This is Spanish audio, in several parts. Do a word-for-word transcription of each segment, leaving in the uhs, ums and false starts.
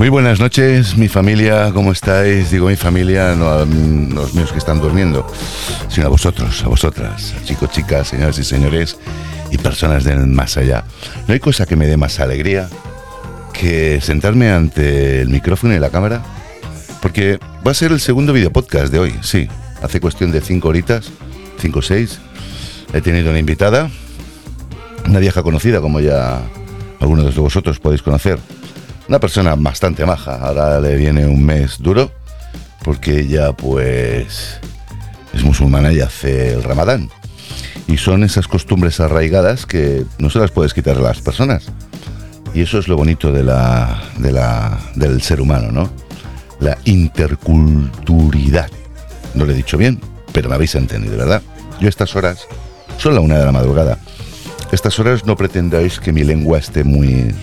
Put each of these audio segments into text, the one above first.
Muy buenas noches, mi familia, ¿cómo estáis? Digo mi familia, no a los míos que están durmiendo, sino a vosotros, a vosotras, chicos, chicas, señoras y señores y personas del más allá. No hay cosa que me dé más alegría que sentarme ante el micrófono y la cámara, porque va a ser el segundo video podcast de hoy, sí, hace cuestión de cinco horitas, cinco o seis, he tenido una invitada, una vieja conocida, como ya algunos de vosotros podéis conocer. Una persona bastante maja, ahora le viene un mes duro, porque ella pues es musulmana y hace el Ramadán. Y son esas costumbres arraigadas que no se las puedes quitar a las personas. Y eso es lo bonito de la, de la, del ser humano, ¿no? La interculturalidad. No lo he dicho bien, pero me habéis entendido, ¿verdad? Yo a estas horas, son la una de la madrugada, estas horas no pretendáis que mi lengua esté muy...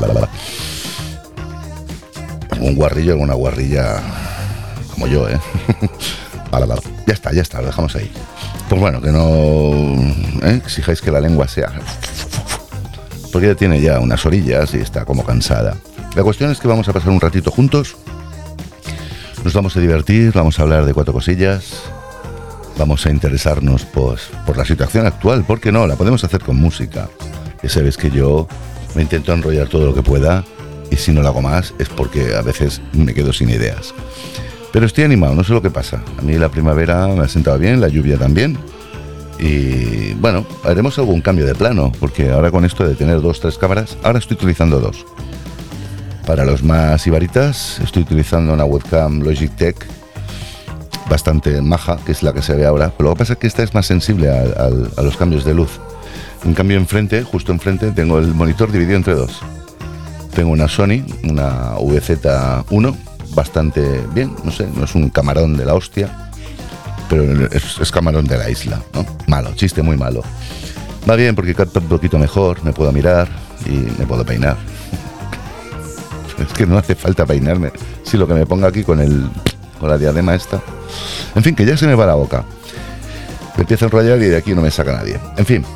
un guarrillo, una guarrilla como yo, ¿eh? Ya está, ya está, lo dejamos ahí. Pues bueno, que no ¿eh? exijáis que la lengua sea... porque ya tiene ya unas orillas y está como cansada. La cuestión es que vamos a pasar un ratito juntos, nos vamos a divertir, vamos a hablar de cuatro cosillas, vamos a interesarnos pues, por la situación actual, ¿por qué no? La podemos hacer con música. Ya sabes que yo me intento enrollar todo lo que pueda, y si no lo hago más es porque a veces me quedo sin ideas. Pero estoy animado, no sé lo que pasa. A mí la primavera me ha sentado bien, la lluvia también. Y bueno, haremos algún cambio de plano, porque ahora con esto de tener dos, tres cámaras, ahora estoy utilizando dos. Para los más ibaritas, estoy utilizando una webcam Logitech bastante maja, que es la que se ve ahora. Pero lo que pasa es que esta es más sensible a, a, a los cambios de luz. En cambio, enfrente, justo enfrente, tengo el monitor dividido entre dos. Tengo una Sony, una V Z uno, bastante bien, no sé, no es un camarón de la hostia, pero es, es camarón de la isla, ¿no? Malo, chiste muy malo. Va bien porque capta un poquito mejor, me puedo mirar y me puedo peinar. Es que no hace falta peinarme, si lo que me pongo aquí con el con la diadema esta. En fin, que ya se me va la boca. Me empiezo a enrollar y de aquí no me saca nadie. En fin,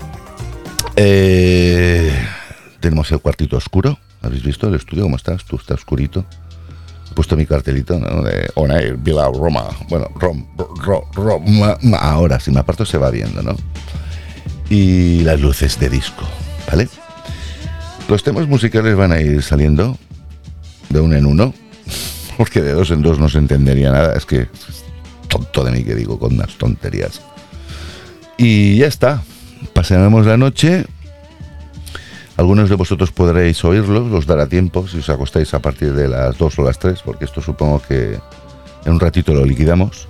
eh, tenemos el cuartito oscuro. ¿Habéis visto el estudio cómo estás? Tú estás oscurito. He puesto mi cartelito, ¿no? De On Air, Bilbao, Roma. Bueno, Rom, Rom, Roma. Ahora, si me aparto se va viendo, ¿no? Y las luces de disco, ¿vale? Los temas musicales van a ir saliendo de uno en uno, porque de dos en dos no se entendería nada. Es que es tonto de mí que digo con unas tonterías. Y ya está. Pasaremos la noche. Algunos de vosotros podréis oírlos, os dará tiempo si os acostáis a partir de las dos o las tres, porque esto supongo que en un ratito lo liquidamos.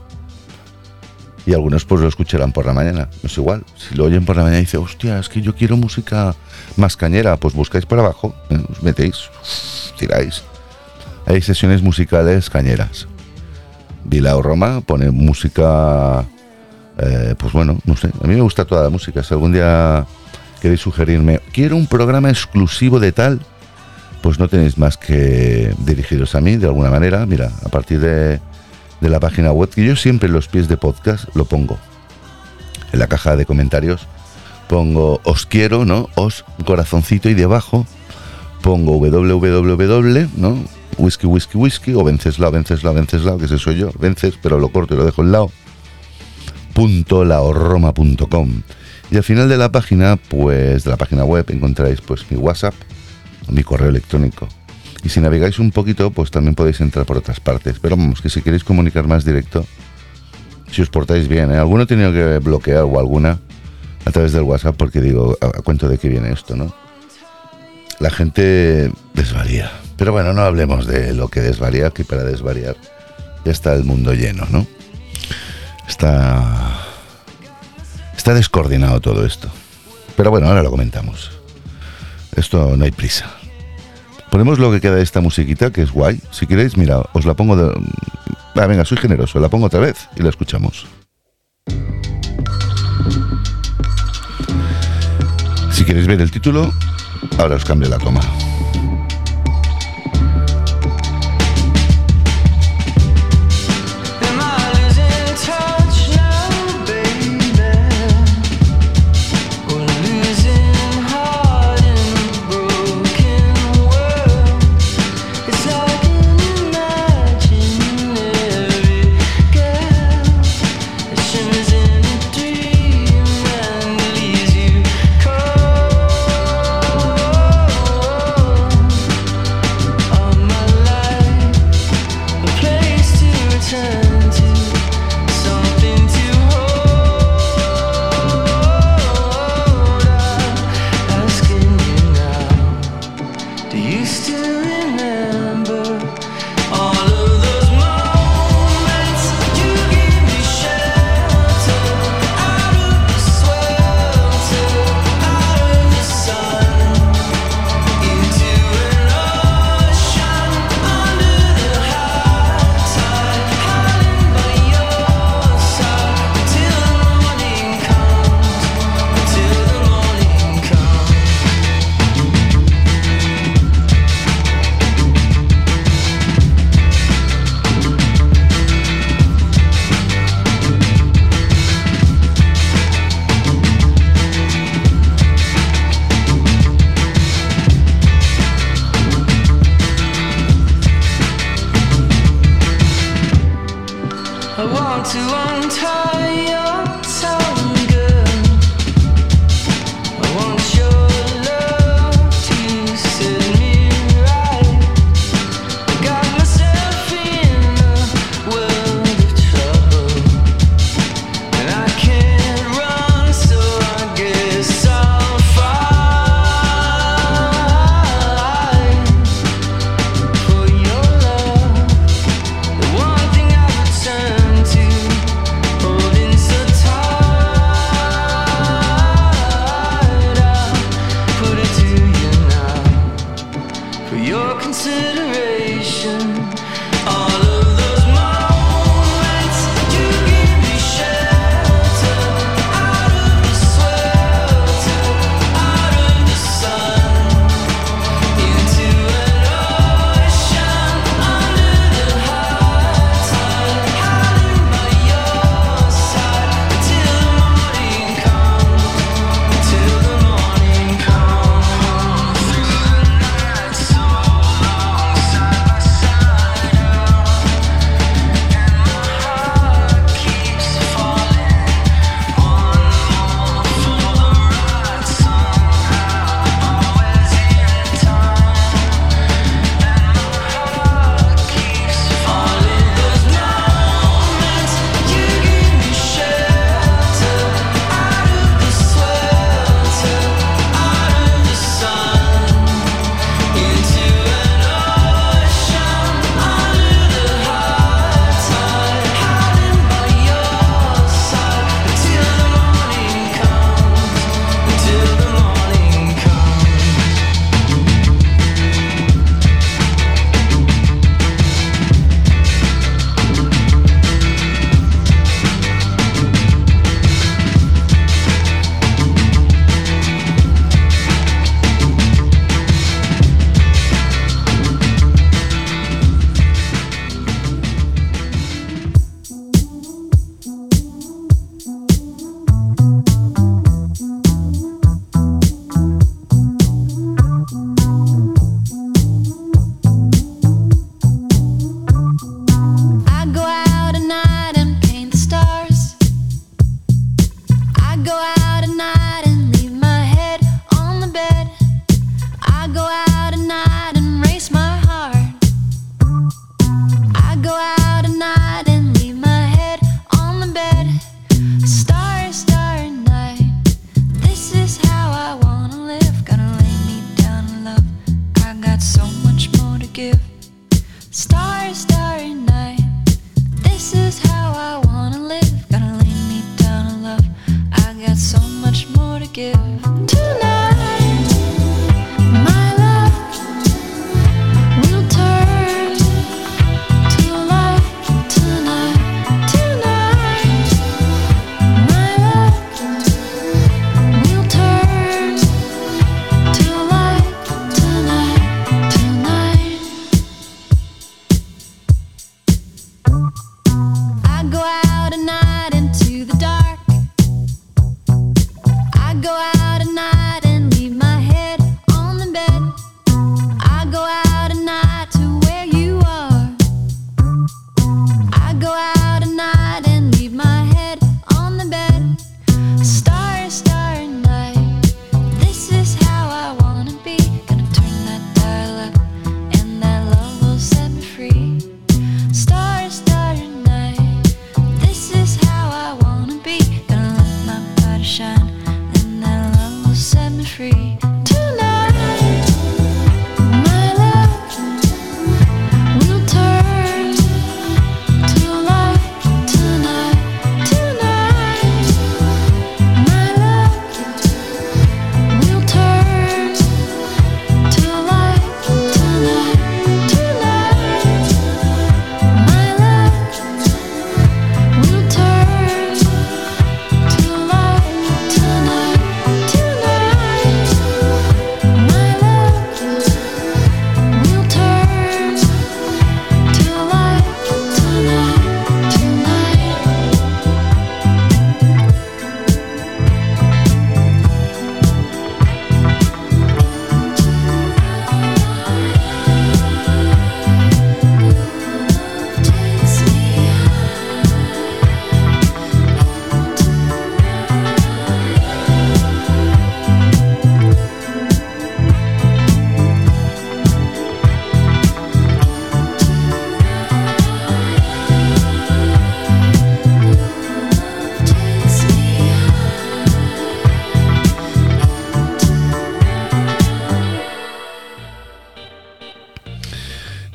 Y algunos pues lo escucharán por la mañana, no es igual. Si lo oyen por la mañana y dicen, hostia, es que yo quiero música más cañera, pues buscáis por abajo, ¿eh? Os metéis, tiráis. Hay sesiones musicales cañeras. Bilbao Roma pone música, eh, pues bueno, no sé, a mí me gusta toda la música. Si algún día queréis sugerirme, quiero un programa exclusivo de tal, pues no tenéis más que dirigiros a mí de alguna manera. Mira, a partir de, de la página web, que yo siempre en los pies de podcast lo pongo, en la caja de comentarios, pongo os quiero, ¿no? Os, corazoncito, y debajo pongo www, ¿no? Whisky, whisky, whisky, o Venceslao, Venceslao, Venceslao, que ese soy yo, Vences, pero lo corto y lo dejo al lado, punto laorroma punto com. Y al final de la página, pues de la página web, encontráis pues mi WhatsApp, mi correo electrónico. Y si navegáis un poquito, pues también podéis entrar por otras partes. Pero vamos, que si queréis comunicar más directo, si os portáis bien, ¿eh? Alguno he tenido que bloquear o alguna a través del WhatsApp porque digo, ¿a cuento de qué viene esto, no? La gente desvaría. Pero bueno, no hablemos de lo que desvaría, que para desvariar ya está el mundo lleno, ¿no? Está... Está descoordinado todo esto. Pero bueno, ahora lo comentamos. Esto no hay prisa. Ponemos lo que queda de esta musiquita, que es guay. Si queréis, mira, os la pongo de... Ah, venga, soy generoso, la pongo otra vez y la escuchamos. Si queréis ver el título, ahora os cambio la toma. It's like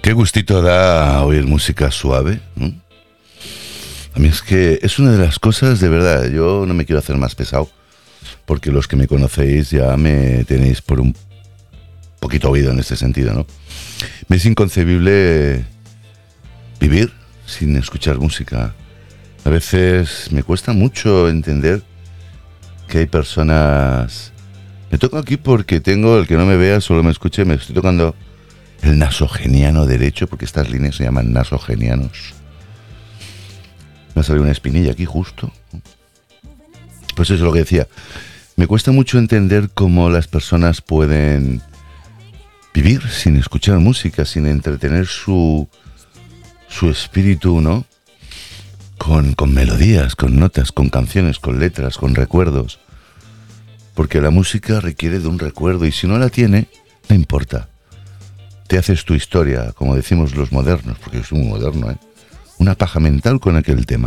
Qué gustito da oír música suave, ¿no? A mí es que es una de las cosas, de verdad, yo no me quiero hacer más pesado, porque los que me conocéis ya me tenéis por un poquito oído en este sentido, ¿no? Me es inconcebible vivir sin escuchar música. A veces me cuesta mucho entender que hay personas... Me toco aquí porque tengo, el que no me vea solo me escuche, me estoy tocando el nasogeniano derecho, porque estas líneas se llaman nasogenianos. Me ha salido una espinilla aquí justo. Pues eso es lo que decía. Me cuesta mucho entender cómo las personas pueden vivir sin escuchar música, sin entretener su, su espíritu, ¿no? Con, con melodías, con notas, con canciones, con letras, con recuerdos. Porque la música requiere de un recuerdo y si no la tiene, no importa. Te haces tu historia, como decimos los modernos, porque yo soy muy moderno, ¿eh? Una paja mental con aquel tema.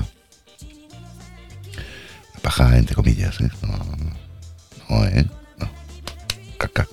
Una paja entre comillas, ¿eh? No, no, no, ¿eh? No. Caca.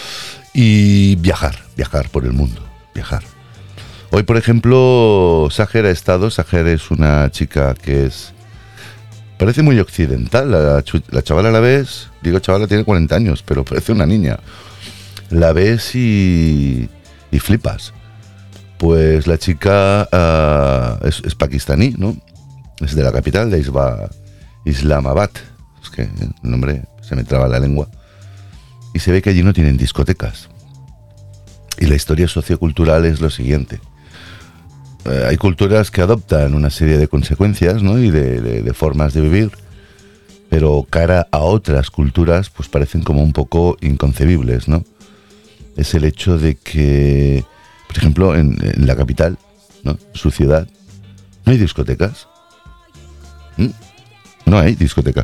Y viajar, viajar por el mundo, viajar. Hoy, por ejemplo, Sajer ha estado. Sajer es una chica que es... Parece muy occidental. La, la chavala la ves... Digo chavala, tiene cuarenta años, pero parece una niña. La ves y... y flipas. Pues la chica uh, es, es pakistaní, ¿no? Es de la capital, de Isba, Islamabad. Es que el nombre se me traba la lengua. Y se ve que allí no tienen discotecas. Y la historia sociocultural es lo siguiente. Eh, hay culturas que adoptan una serie de consecuencias, ¿no? Y de, de, de formas de vivir. Pero cara a otras culturas, pues parecen como un poco inconcebibles, ¿no? Es el hecho de que... Por ejemplo, en, en la capital, ¿no? Su ciudad, no hay discotecas. ¿Mm? No hay discotecas.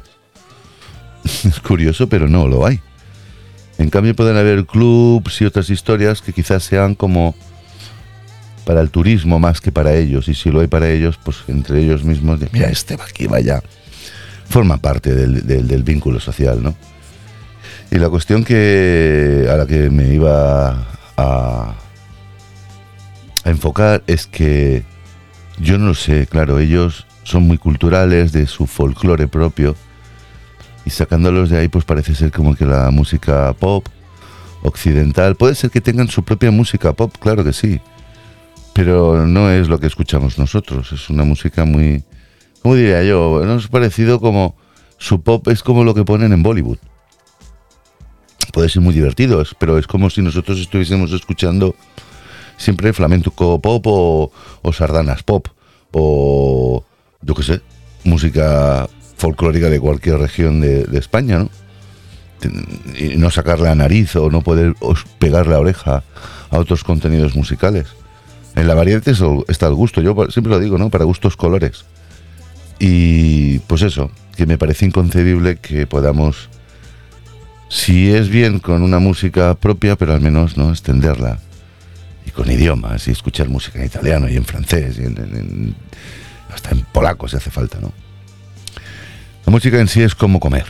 Es curioso, pero no lo hay. En cambio pueden haber clubs y otras historias que quizás sean como para el turismo más que para ellos. Y si lo hay para ellos, pues entre ellos mismos, de, mira, este va aquí, vaya. Forma parte del, del, del vínculo social, ¿no? Y la cuestión que a la que me iba a... a enfocar es que yo no lo sé, claro, ellos son muy culturales, de su folclore propio, y sacándolos de ahí pues parece ser como que la música pop occidental, puede ser que tengan su propia música pop, claro que sí, pero no es lo que escuchamos nosotros, es una música muy, ¿cómo diría yo? No es parecido como, su pop es como lo que ponen en Bollywood. Puede ser muy divertido, pero es como si nosotros estuviésemos escuchando siempre flamenco pop o, o sardanas pop o yo qué sé, música folclórica de cualquier región de, de España, ¿no? Y no sacar la nariz o no poder pegar la oreja a otros contenidos musicales. En la variedad está el gusto, yo siempre lo digo, ¿no? Para gustos colores. Y pues eso, que me parece inconcebible que podamos, si es bien con una música propia, pero al menos no extenderla. Y con idiomas, y escuchar música en italiano y en francés, y en, en, en, hasta en polaco si hace falta, ¿no? La música en sí es como comer.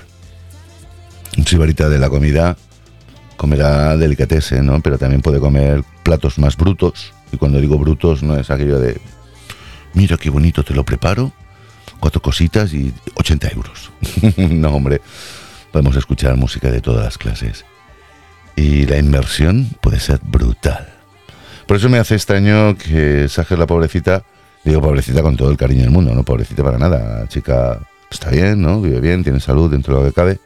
Un sibarita de la comida comerá delicatessen, ¿no? Pero también puede comer platos más brutos. Y cuando digo brutos no es aquello de, mira qué bonito te lo preparo, cuatro cositas y ochenta euros. No, hombre, podemos escuchar música de todas las clases. Y la inmersión puede ser brutal. Por eso me hace extraño que Sajer, la pobrecita, digo pobrecita con todo el cariño del mundo, no pobrecita para nada, la chica está bien, ¿no? Vive bien, tiene salud dentro de lo que cabe,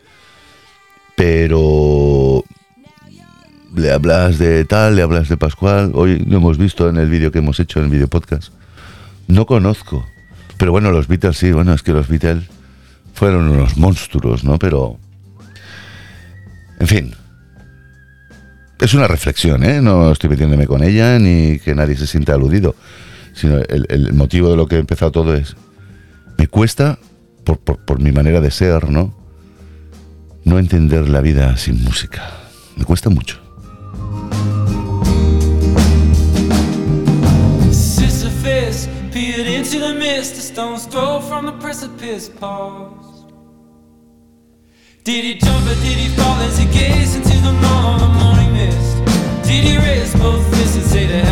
pero le hablas de tal, le hablas de Pascual, hoy lo hemos visto en el vídeo que hemos hecho, en el vídeo podcast, no conozco, pero bueno, los Beatles sí, bueno, es que los Beatles fueron unos monstruos, ¿no? Pero, en fin, es una reflexión, ¿eh? No estoy metiéndome con ella ni que nadie se sienta aludido, sino el, el motivo de lo que he empezado todo es, me cuesta, por, por, por mi manera de ser, ¿no? No entender la vida sin música. Me cuesta mucho. Sisyphus peered into the mist, a stone's throw from the precipice paused. Did he jump or did he fall as he gazed into the morning mist? Did he raise both fists and say to hell with this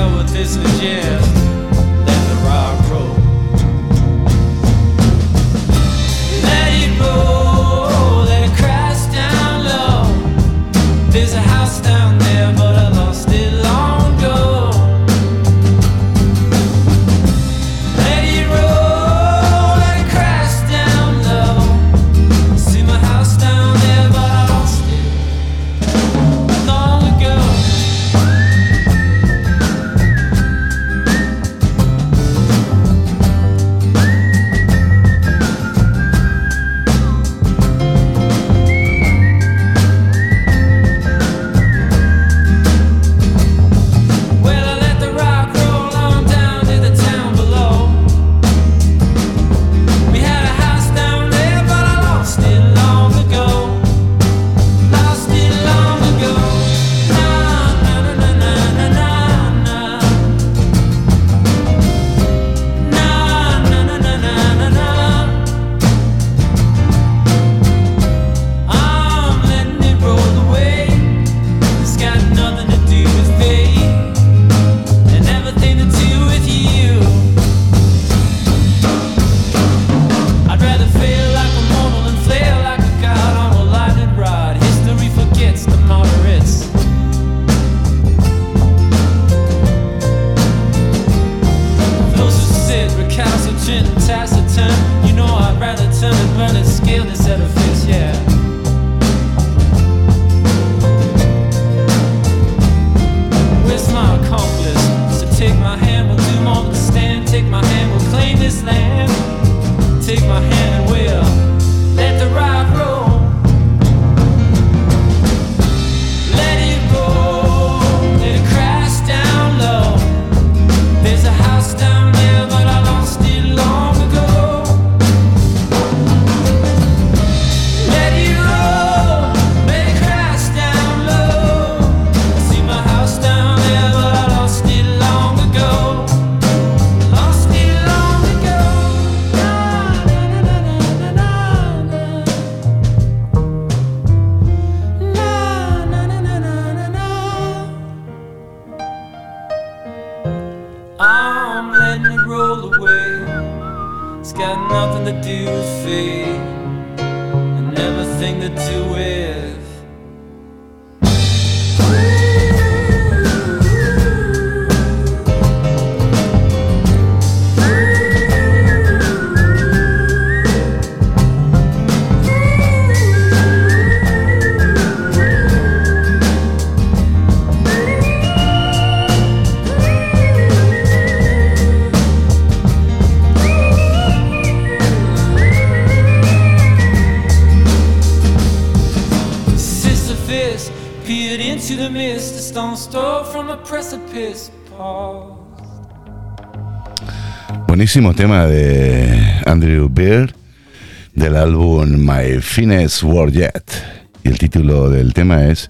Buenísimo tema de Andrew Bird del álbum My Finest Word Yet, y el título del tema es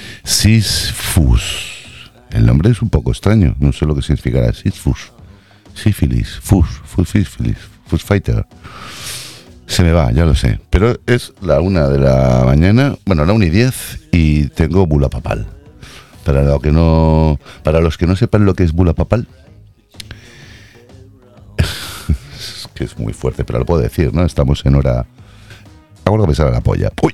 Sisyphus. El nombre es un poco extraño, no sé lo que significará Sisyphus, sífilis, fus, fus, sífilis, fus fighter. Se me va, ya lo sé, pero es la una de la mañana, bueno, la una y diez, y tengo bula papal. Para lo que no, para los que no sepan lo que es bula papal, es que es muy fuerte, pero lo puedo decir, ¿no? Estamos en hora. Hago lo que me sale la polla. ¡Uy!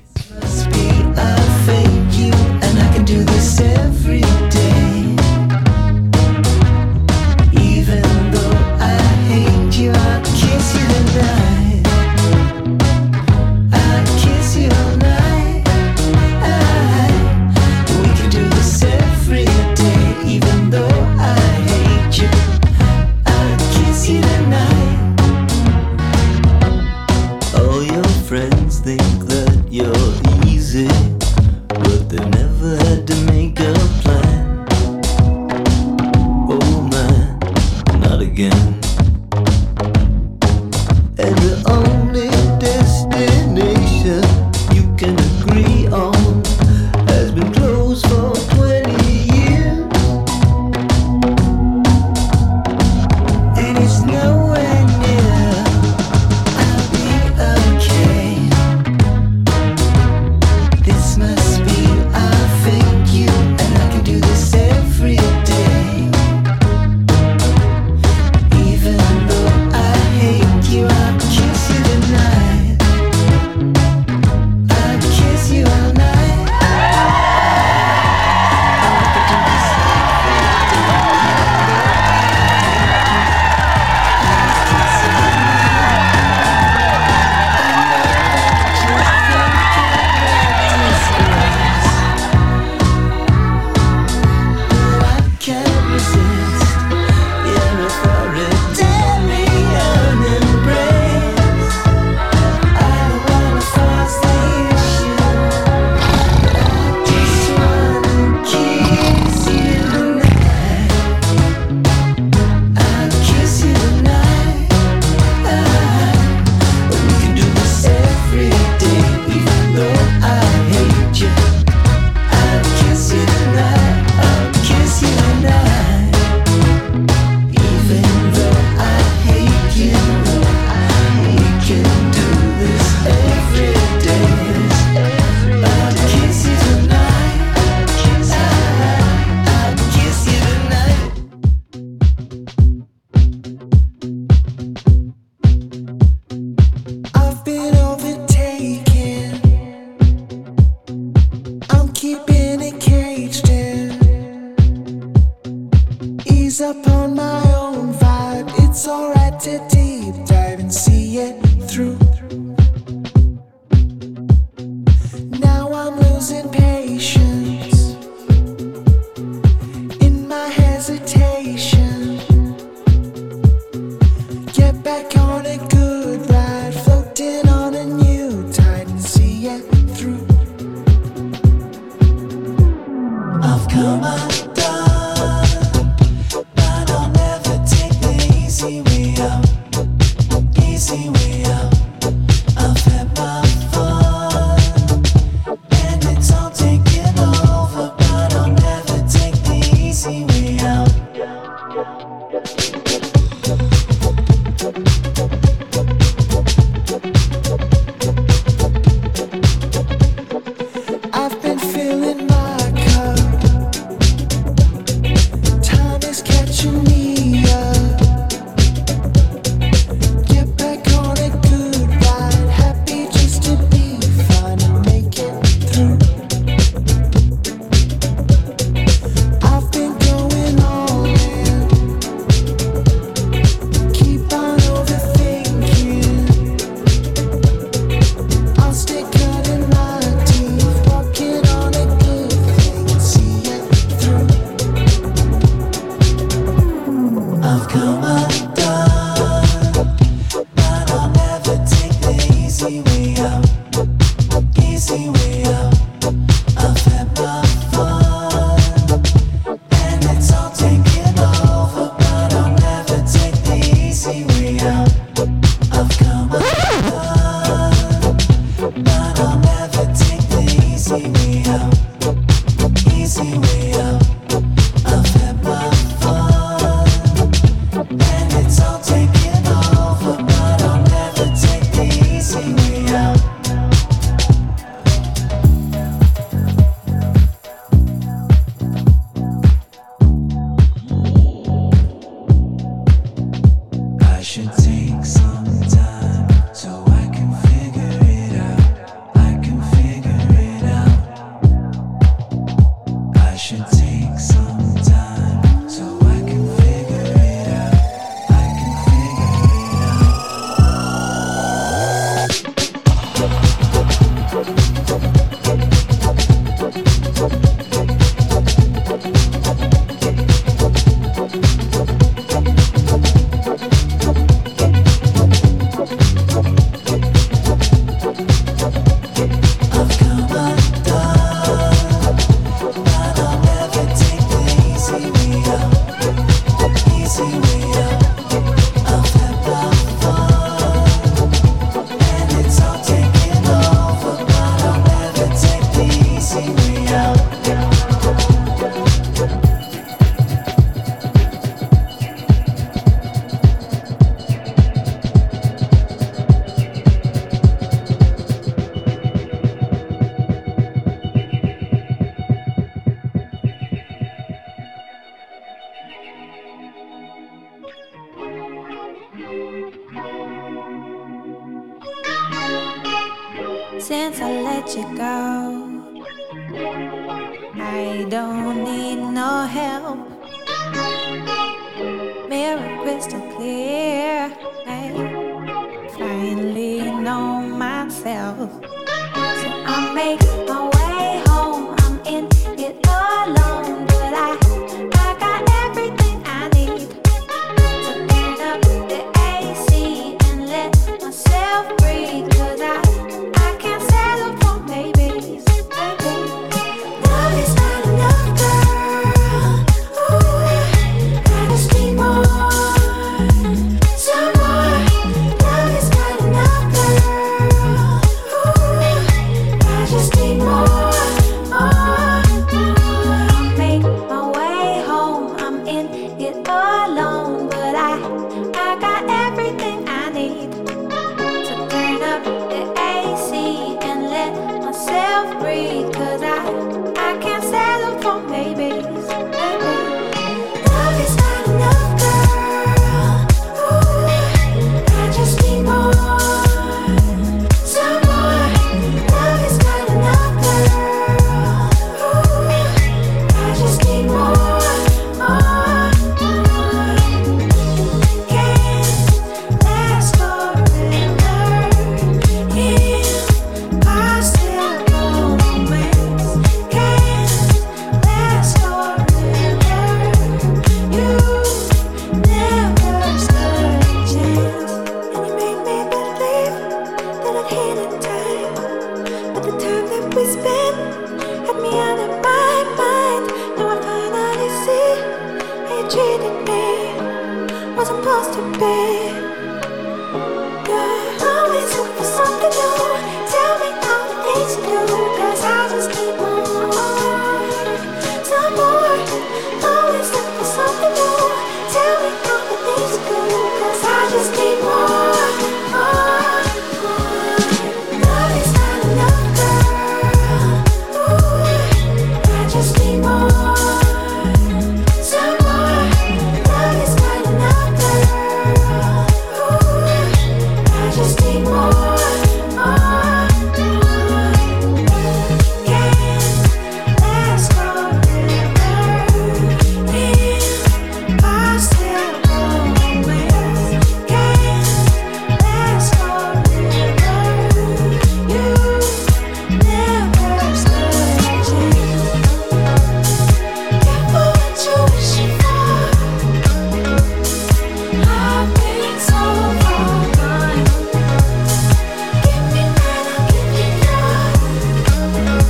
Must be, I think you, and I can do this every day. on my own vibe. It's alright to deep dive and see it through. Now I'm losing patience in my hesitation. Get back on a good ride, floating on a new tide and see it through. I've come undone, but I'll never take the easy way out. Easy way out. I've had my fun, and it's all taken over, but I'll never take the easy way out. I've been filling my cup. Time is catching me up. Get back on a good ride. Happy just to be fun and make it through. I've been going all in. Keep on overthinking. I'll stay cutting my teeth, walking on a good thing and see it through. I've come undone, but I'll never take the easy way out. Easy way out. I've had my fun, and it's all taken over, but I'll never take the easy way out. I've come undone, but I'll never take the easy way out. Easy way out. I've had my fun, and it's all taken over, but I'll never take the easy way out. I should take some time so I can figure it out. I can figure it out. I should take some time so I can figure it out. I can figure it I've come undone, but I'll never take the easy way out. Easy way out. I've had my fun, and it's all taken over, but I'll never take the easy way out. Since I let you go, I don't need no help. Mirror crystal clear, I finally know myself. So I make my way home. I'm in it alone, but I I got everything I need to turn up the A C and let myself breathe. 'Cause I I can't settle for babies, baby. Love is not enough, girl. Ooh, I just need more, some more. Love is not enough, girl. Ooh, I just need more, more. I make my way home. I'm in it alone, but I I got everything I need to turn up the A C and let myself breathe. 'Cause I I can't settle for babies, baby. Love is not enough, girl. Ooh, I just need more, some more. Love is not enough, girl. Ooh, I just need more, more. be, was supposed to be. Yeah, always look for something new. Tell me all the things you do, 'cause I just need more, some more. Always look for something new. Tell me all the things you do, 'cause I just need more, more, more. Love is not enough, girl. Ooh, I just need more, some more. Love is not enough, girl. Ooh, I just need more, more, more. Can't let's go river in our still moments. Can't let's go river. You never stood a chance. Careful what you wishing for. I've been so far gone. Give me mine, I'll give you yours.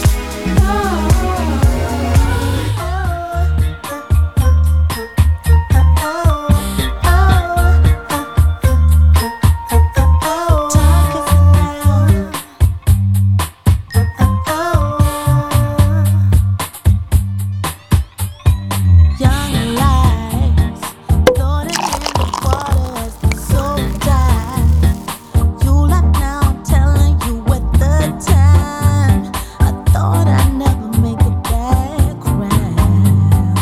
Young lives floating in the waters, so tight. You like now, I'm telling you at the time. I thought I'd never make it back round.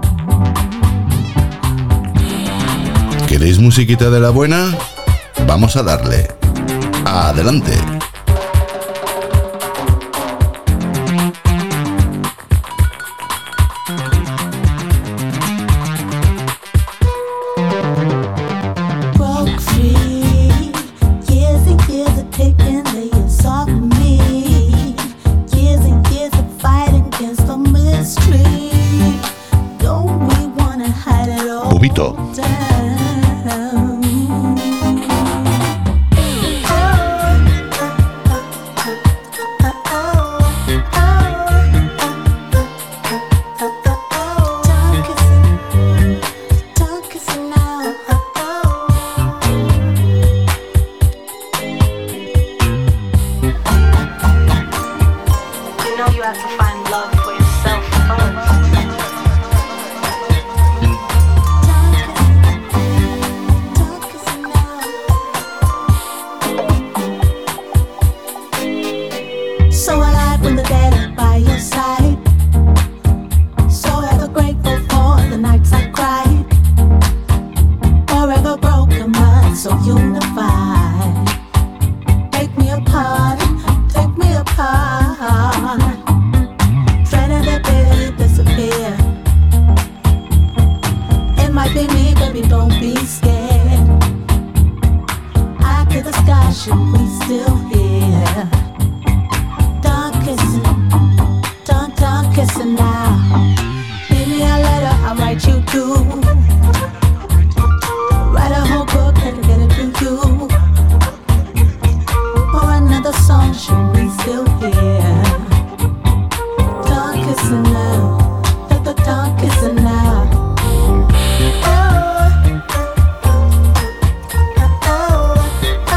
¿Queréis musiquita de la buena? Vamos a darle. Adelante. Broke free, years and years of taking layers off me. Years and years of fighting against the mystery. Don't we wanna hide it all Bubito. down? Don't kiss it now. You know you have to find love for yourself first. Don't kiss it now. So alive when the dead are by your side. So ever grateful for the nights I cried. Forever broken but so unified. Take me apart, take me apart. Trying to barely disappear. It might be me, baby, don't be scared. I get the sky, should we still here? Don't kiss it, don't, don't kiss it now. Leave me a letter, I'll write you too. Write a whole book and get it to you. Or another song, should we still hear? Don't kiss it now, don't, don't, don't kiss it now. Oh, oh, oh,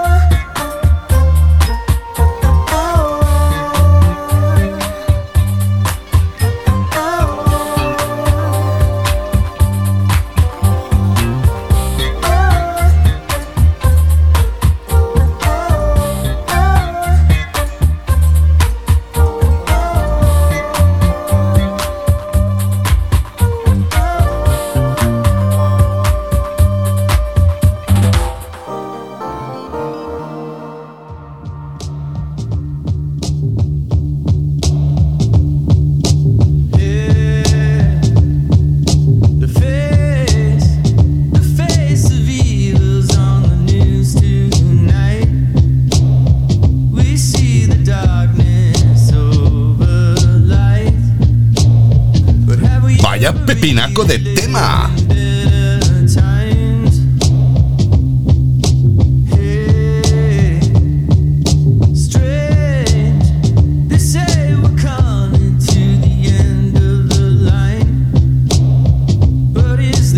Vaya pepinaco de tema. But is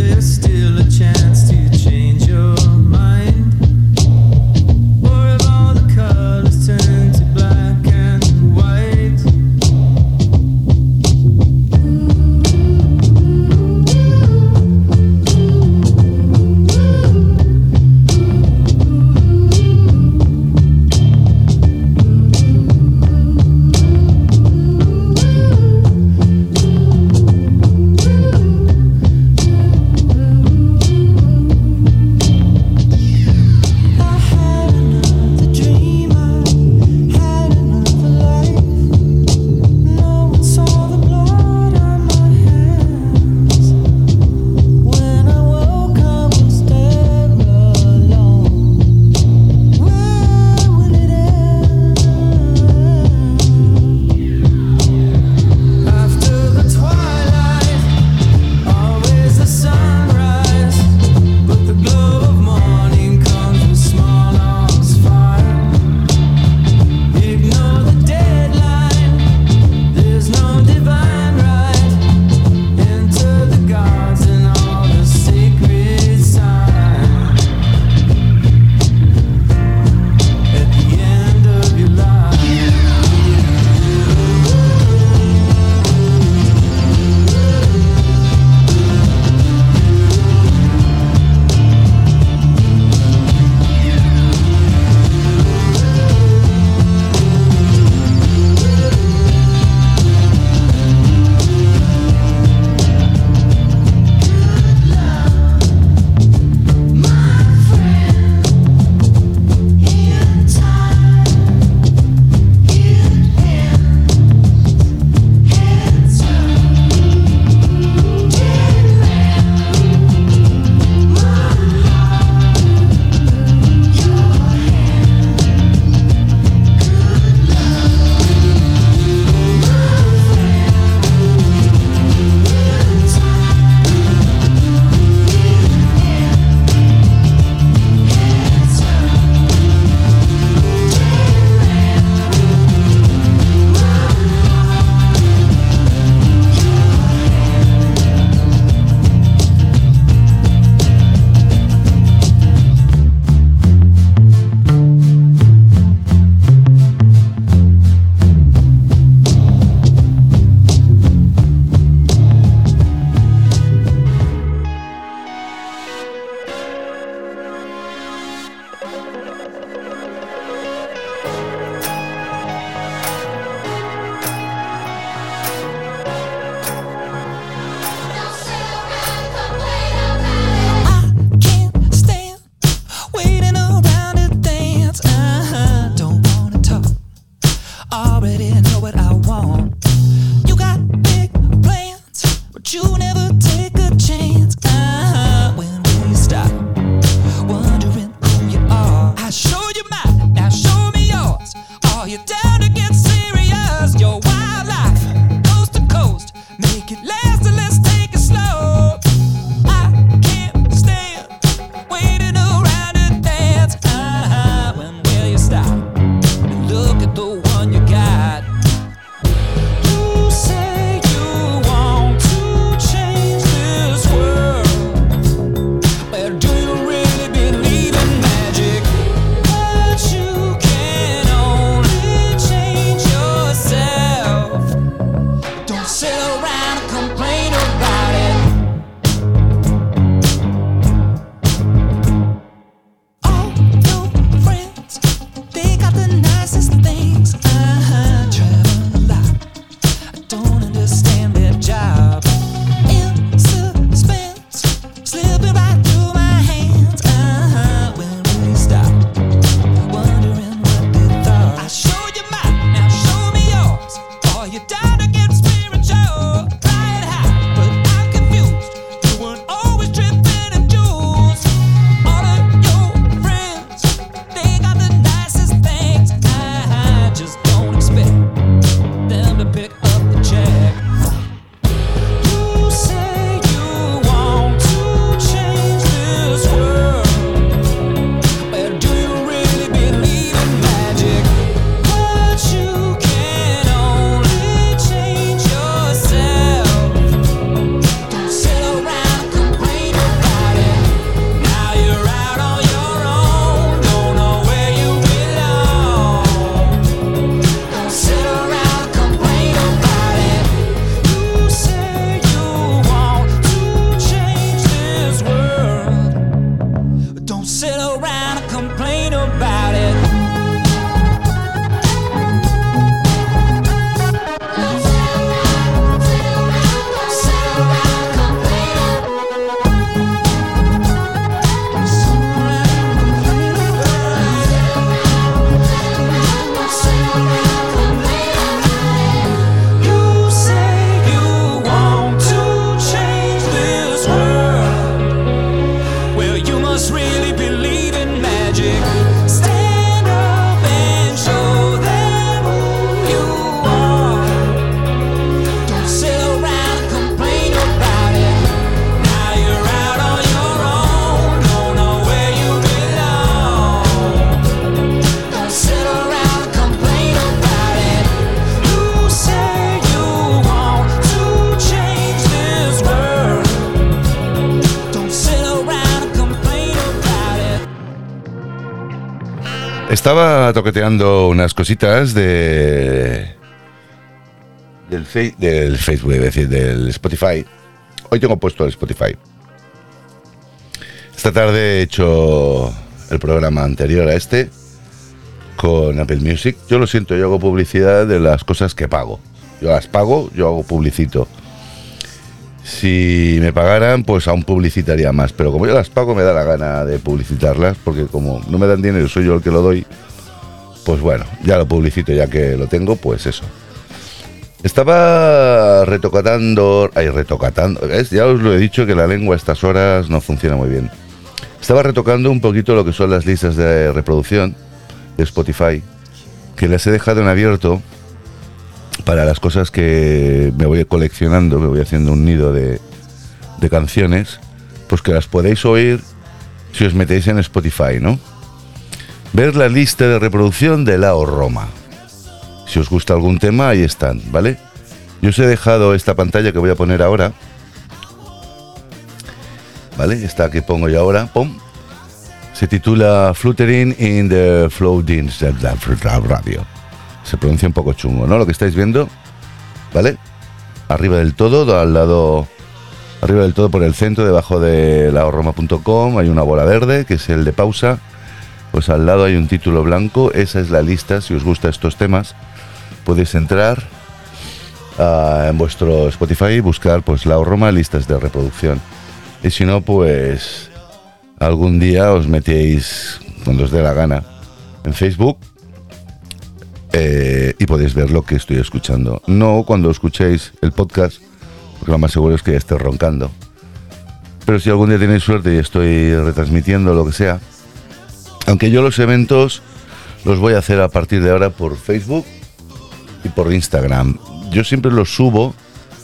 Estaba toqueteando unas cositas de del, fe, del Facebook, es decir, del Spotify. Hoy tengo puesto el Spotify. Esta tarde he hecho el programa anterior a este con Apple Music. Yo lo siento, yo hago publicidad de las cosas que pago. Yo las pago, yo hago publicito. Si me pagaran, pues aún publicitaría más. Pero como yo las pago, me da la gana de publicitarlas, porque como no me dan dinero, soy yo el que lo doy. Pues bueno, ya lo publicito, ya que lo tengo, pues eso. Estaba retocatando... Ay, retocatando... ¿ves? Ya os lo he dicho que la lengua a estas horas no funciona muy bien. Estaba retocando un poquito lo que son las listas de reproducción de Spotify, que las he dejado en abierto para las cosas que me voy coleccionando, me voy haciendo un nido de, de canciones, pues que las podéis oír si os metéis en Spotify, ¿no? Ver la lista de reproducción de Lao Roma. Si os gusta algún tema, ahí están, ¿vale? Yo os he dejado esta pantalla que voy a poner ahora, ¿vale? Esta que pongo yo ahora, ¡pum! Se titula Fluttering in the Floating Radio. Se pronuncia un poco chungo, ¿no? Lo que estáis viendo, ¿vale? Arriba del todo, al lado, arriba del todo por el centro, debajo de laoroma punto com, hay una bola verde, que es el de pausa. Pues al lado hay un título blanco, esa es la lista. Si os gustan estos temas, podéis entrar uh, en vuestro Spotify y buscar, pues, Lao Roma, listas de reproducción. Y si no, pues, algún día os metéis, cuando os dé la gana, en Facebook, Eh, y podéis ver lo que estoy escuchando. No cuando escuchéis el podcast, porque lo más seguro es que esté roncando. Pero si algún día tenéis suerte y estoy retransmitiendo lo que sea, aunque yo los eventos los voy a hacer a partir de ahora por Facebook y por Instagram. Yo siempre los subo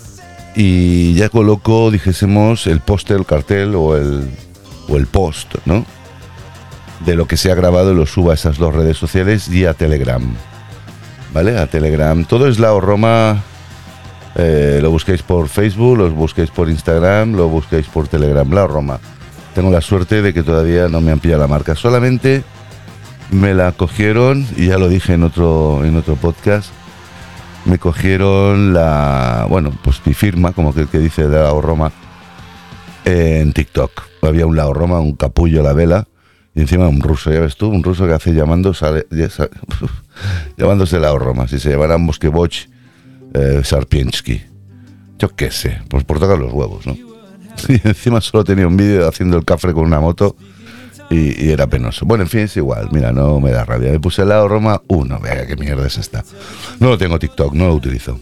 y ya coloco, dijésemos, el póster, el cartel o el, o el post, ¿no? De lo que se ha grabado, y lo subo a esas dos redes sociales y a Telegram. ¿Vale? A Telegram. Todo es Lao Roma. Eh, lo busquéis por Facebook, lo busquéis por Instagram, lo busquéis por Telegram. Lao Roma. Tengo la suerte de que todavía no me han pillado la marca. Solamente me la cogieron, y ya lo dije en otro, en otro podcast, me cogieron la... Bueno, pues mi firma, como que, que dice de Lao Roma, en TikTok. Había un Lao Roma, un capullo a la vela, y encima un ruso, ya ves tú, un ruso que hace llamando, sale, ya sale, llamándose Lao Roma, si se llamaran Moskeboch eh, Sarpiensky. Yo qué sé, pues por tocar los huevos, ¿no? Y encima solo tenía un vídeo haciendo el cafre con una moto y, y era penoso. Bueno, en fin, es igual, mira, no me da rabia. Me puse Lao Roma uno, vea qué mierda es esta. No lo tengo TikTok, no lo utilizo.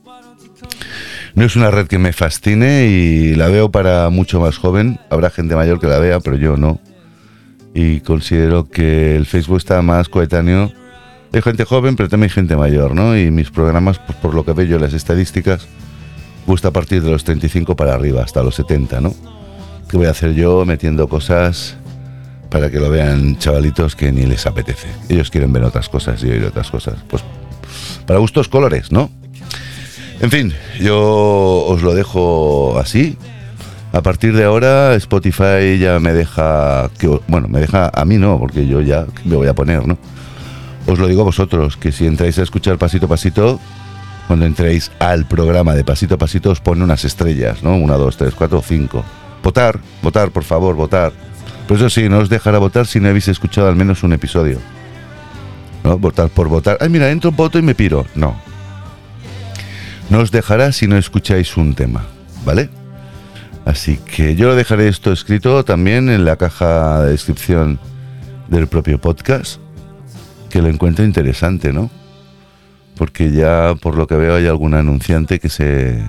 No es una red que me fascine y la veo para mucho más joven. Habrá gente mayor que la vea, pero yo no. Y considero que el Facebook está más coetáneo. Hay gente joven, pero también hay gente mayor, ¿no? Y mis programas, pues por lo que veo yo las estadísticas, gusta a partir de los treinta y cinco para arriba, hasta los setenta, ¿no? ¿Qué voy a hacer yo metiendo cosas para que lo vean chavalitos que ni les apetece? Ellos quieren ver otras cosas y oír otras cosas. Pues para gustos colores, ¿no? En fin, yo os lo dejo así. A partir de ahora Spotify ya me deja, que, bueno, me deja a mí no, porque yo ya me voy a poner, ¿no? Os lo digo a vosotros, que si entráis a escuchar Pasito a Pasito, cuando entréis al programa de Pasito a Pasito os pone unas estrellas, ¿no? Una, dos, tres, cuatro, cinco. Votar, votar, por favor, votar. Pero eso sí, no os dejará votar si no habéis escuchado al menos un episodio, ¿no? Votar por votar. Ay, mira, entro, voto y me piro. No. No os dejará si no escucháis un tema, ¿vale? Así que yo lo dejaré esto escrito también en la caja de descripción del propio podcast, que lo encuentro interesante, ¿no? Porque ya por lo que veo hay algún anunciante que se...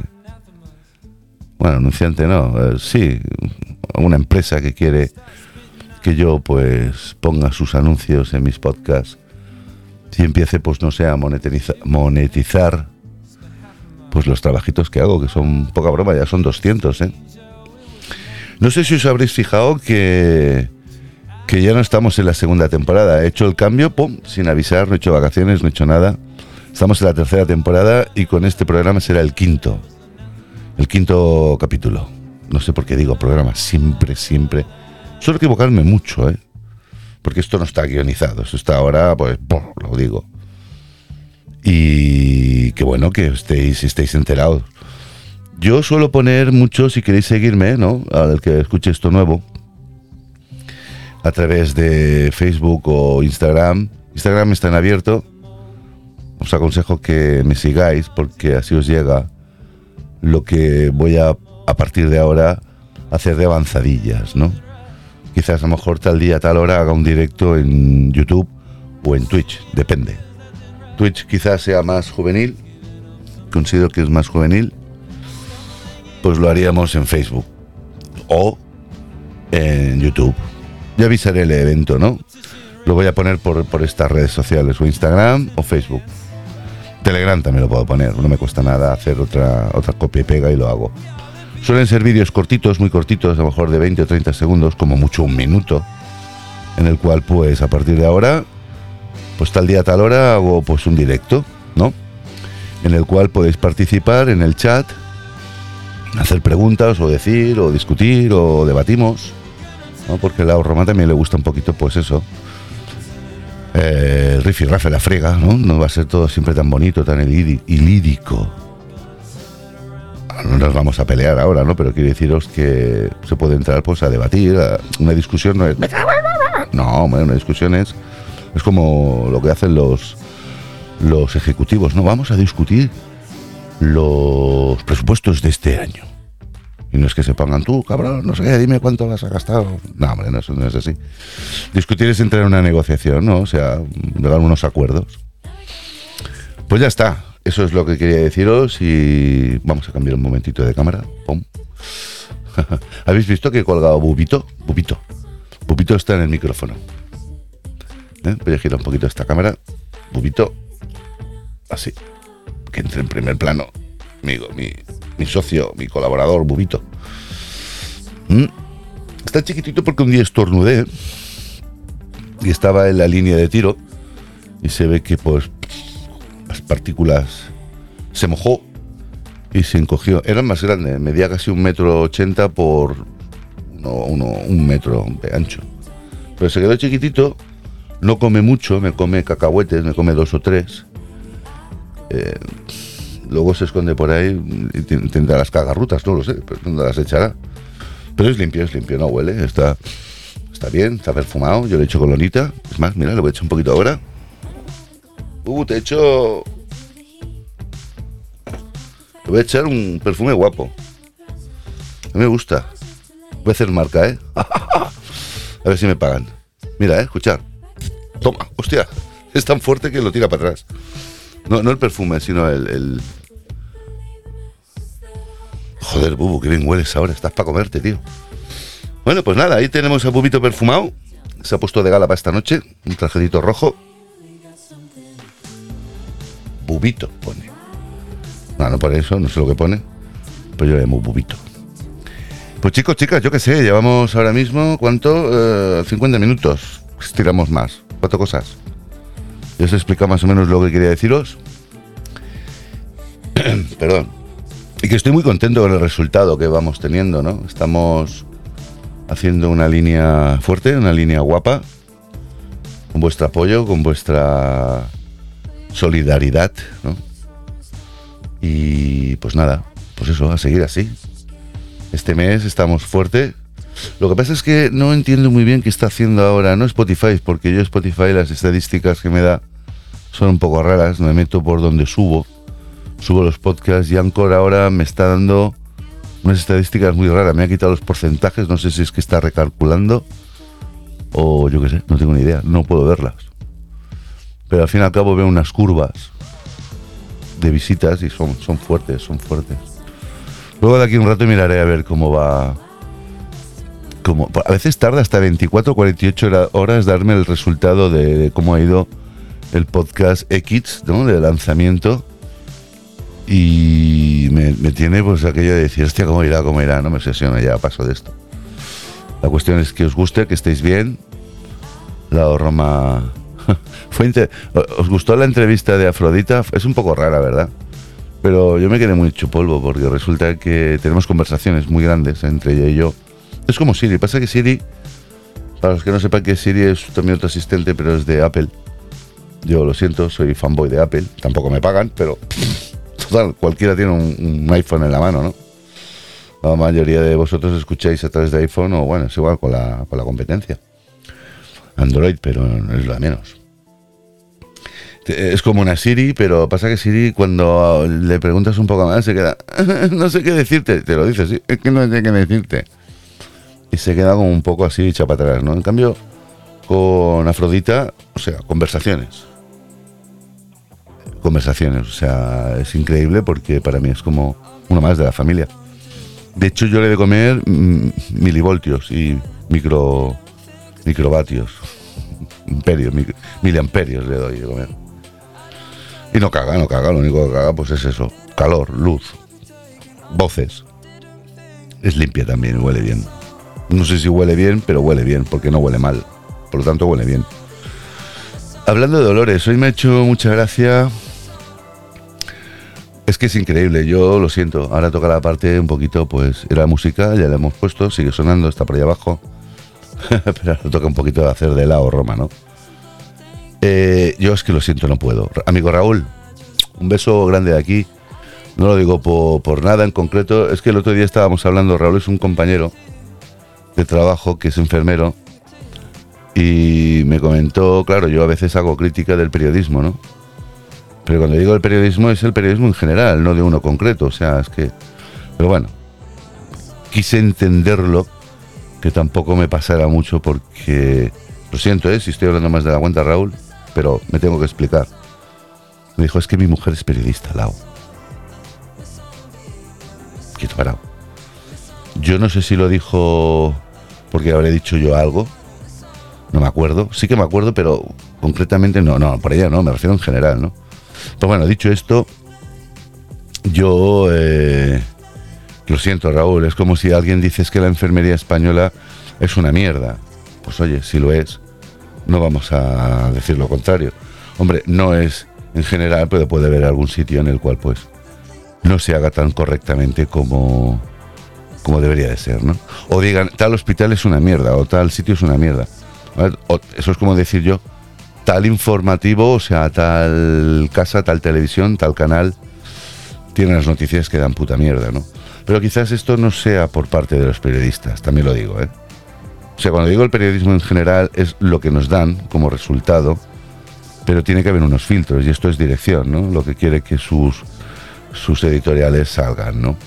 Bueno, anunciante no, eh, sí, una empresa que quiere que yo pues ponga sus anuncios en mis podcasts y empiece, pues no sé, a monetizar, monetizar pues los trabajitos que hago, que son poca broma, ya son doscientos, ¿eh? No sé si os habréis fijado que, que ya no estamos en la segunda temporada. He hecho el cambio, pum, sin avisar, no he hecho vacaciones, no he hecho nada. Estamos en la tercera temporada y con este programa será el quinto. El quinto capítulo. No sé por qué digo programa, siempre, siempre. Suelo equivocarme mucho, ¿eh? porque esto no está guionizado, esto está ahora, pues, ¡pum!, lo digo. Y que bueno, que estéis, estéis enterados. Yo suelo poner mucho, si queréis seguirme, ¿no?, al que escuche esto nuevo, a través de Facebook o Instagram. Instagram está en abierto. Os aconsejo que me sigáis porque así os llega lo que voy a, a partir de ahora, hacer de avanzadillas, ¿no? Quizás a lo mejor tal día, tal hora haga un directo en YouTube o en Twitch, depende. Twitch quizás sea más juvenil, considero que es más juvenil, pues lo haríamos en Facebook o en YouTube. Ya avisaré el evento, ¿no? Lo voy a poner por, por estas redes sociales, o Instagram o Facebook. Telegram también lo puedo poner, no me cuesta nada hacer otra, otra copia y pega y lo hago. Suelen ser vídeos cortitos, muy cortitos, a lo mejor de veinte o treinta segundos, como mucho un minuto, en el cual pues a partir de ahora, pues tal día, tal hora hago pues un directo, ¿no? En el cual podéis participar en el chat, hacer preguntas o decir o discutir o debatimos, ¿no? Porque a la Roma también le gusta un poquito pues eso, eh, el riff y rafe, la frega, ¿no? No va a ser todo siempre tan bonito, tan ilírico. No nos vamos a pelear ahora, ¿no? Pero quiero deciros que se puede entrar pues a debatir, a una discusión no es... No, bueno, una discusión es, es como lo que hacen los, los ejecutivos, ¿no? Vamos a discutir los presupuestos de este año. Y no es que se pongan, tú, cabrón, no sé qué, dime cuánto vas a gastar. No, hombre, no, eso no es así. Discutir es entrar en una negociación, ¿no? O sea, llegar a unos acuerdos. Pues ya está. Eso es lo que quería deciros y vamos a cambiar un momentito de cámara. Pum. ¿Habéis visto que he colgado Bubito? Bubito. Bubito está en el micrófono. ¿Eh? Voy a girar un poquito esta cámara. Bubito. Así. Que entre en primer plano. Amigo, mi, mi socio, mi colaborador, Bubito. ¿Mm? Está chiquitito porque un día estornudé y estaba en la línea de tiro y se ve que pues las partículas se mojó y se encogió. Era más grande, medía casi un metro ochenta por uno, uno, un metro de ancho. Pero se quedó chiquitito, no come mucho, me come cacahuetes, me come dos o tres. Eh, luego se esconde por ahí y tendrá las cagarrutas, no lo sé, pero no las echará. Pero es limpio, es limpio, no huele, está, está bien, está perfumado. Yo le echo colonita. Es más, mira, le voy a echar un poquito ahora. Uh, te he hecho... Le voy a echar un perfume guapo. A mí me gusta. Voy a hacer marca, ¿eh? A ver si me pagan. Mira, ¿eh? Escuchad. Toma, hostia. Es tan fuerte que lo tira para atrás. No, no el perfume, sino el... el... Joder, Bubu, qué bien hueles ahora. Estás para comerte, tío. Bueno, pues nada, ahí tenemos a Bubito perfumado. Se ha puesto de gala para esta noche. Un trajedito rojo. Bubito pone. No, no pone eso, no sé lo que pone. Pero yo le llamo Bubito. Pues chicos, chicas, yo qué sé, llevamos ahora mismo, ¿cuánto? Eh, cincuenta minutos. Estiramos más. Cuatro cosas. Ya os he explicado más o menos lo que quería deciros. Perdón. Y que estoy muy contento con el resultado que vamos teniendo, ¿no? Estamos haciendo una línea fuerte, una línea guapa. Con vuestro apoyo, con vuestra solidaridad, ¿no? Y pues nada, pues eso, a seguir así. Este mes estamos fuerte. Lo que pasa es que no entiendo muy bien qué está haciendo ahora, no Spotify, porque yo Spotify las estadísticas que me da son un poco raras. Me meto por donde subo, subo los podcasts y Anchor ahora me está dando unas estadísticas muy raras. Me ha quitado los porcentajes, no sé si es que está recalculando o yo qué sé, no tengo ni idea, no puedo verlas. Pero al fin y al cabo veo unas curvas de visitas y son, son fuertes, son fuertes. Luego de aquí un rato miraré a ver cómo va. Cómo, a veces tarda hasta veinticuatro o cuarenta y ocho horas darme el resultado de, de cómo ha ido el podcast X, ¿no? De lanzamiento. Y me, me tiene pues aquello de decir, hostia, ¿cómo irá? ¿Cómo irá? No me obsesiona, ya paso de esto. La cuestión es que os guste, que estéis bien. La Roma... Fue inter... ¿Os gustó la entrevista de Afrodita? Es un poco rara, ¿verdad? Pero yo me quedé muy hecho polvo porque resulta que tenemos conversaciones muy grandes entre ella y yo. Es como Siri. Pasa que Siri Para los que no sepan que Siri es también otro asistente, pero es de Apple. Yo lo siento, soy fanboy de Apple. Tampoco me pagan, pero total, cualquiera tiene un, un iPhone en la mano, ¿no? La mayoría de vosotros escucháis a través de iPhone o, bueno, es igual con la, con la competencia. Android, pero es lo de menos. Es como una Siri, pero pasa que Siri, cuando le preguntas un poco más, se queda, no sé qué decirte. Te lo dices, sí, es que no sé qué decirte. Y se queda como un poco así, echa para atrás, ¿no? En cambio, con Afrodita, o sea, conversaciones. Conversaciones, o sea, es increíble porque para mí es como uno más de la familia. De hecho, yo le de comer mmm, milivoltios y micro microvatios, imperios, micro, miliamperios le doy de comer. Y no caga, no caga, lo único que caga pues es eso, calor, luz, voces. Es limpia también, huele bien. No sé si huele bien, pero huele bien, porque no huele mal. Por lo tanto, huele bien. Hablando de olores, hoy me ha hecho mucha gracia. Es que es increíble, yo lo siento. Ahora toca la parte un poquito, pues, era música, ya la hemos puesto, sigue sonando, está por ahí abajo. Pero ahora toca un poquito de hacer de helado Roma, ¿no? Eh, yo es que lo siento, no puedo. Amigo Raúl, un beso grande de aquí. No lo digo por, por nada en concreto. Es que el otro día estábamos hablando, Raúl es un compañero de trabajo que es enfermero. Y me comentó, claro, yo a veces hago crítica del periodismo, ¿no? Pero cuando digo el periodismo es el periodismo en general, no de uno concreto, o sea, es que... Pero bueno, quise entenderlo, que tampoco me pasara mucho porque... Lo siento, ¿eh? Si estoy hablando más de la cuenta, Raúl, pero me tengo que explicar. Me dijo, es que mi mujer es periodista, Lau. Quieto parado. Yo no sé si lo dijo porque habré dicho yo algo. No me acuerdo. Sí que me acuerdo, pero concretamente no, no, por ella no, me refiero en general, ¿no? Pues bueno, dicho esto, yo eh, lo siento, Raúl, es como si alguien dices que la enfermería española es una mierda. Pues oye, si lo es, no vamos a decir lo contrario. Hombre, no es en general, pero puede haber algún sitio en el cual pues no se haga tan correctamente como, como debería de ser, ¿no? O digan, tal hospital es una mierda, o tal sitio es una mierda. O, eso es como decir yo, tal informativo, o sea, tal casa, tal televisión, tal canal, tiene las noticias que dan puta mierda, ¿no? Pero quizás esto no sea por parte de los periodistas, también lo digo, ¿eh? O sea, cuando digo el periodismo en general es lo que nos dan como resultado, pero tiene que haber unos filtros, y esto es dirección, ¿no? Lo que quiere que sus, sus editoriales salgan, ¿no?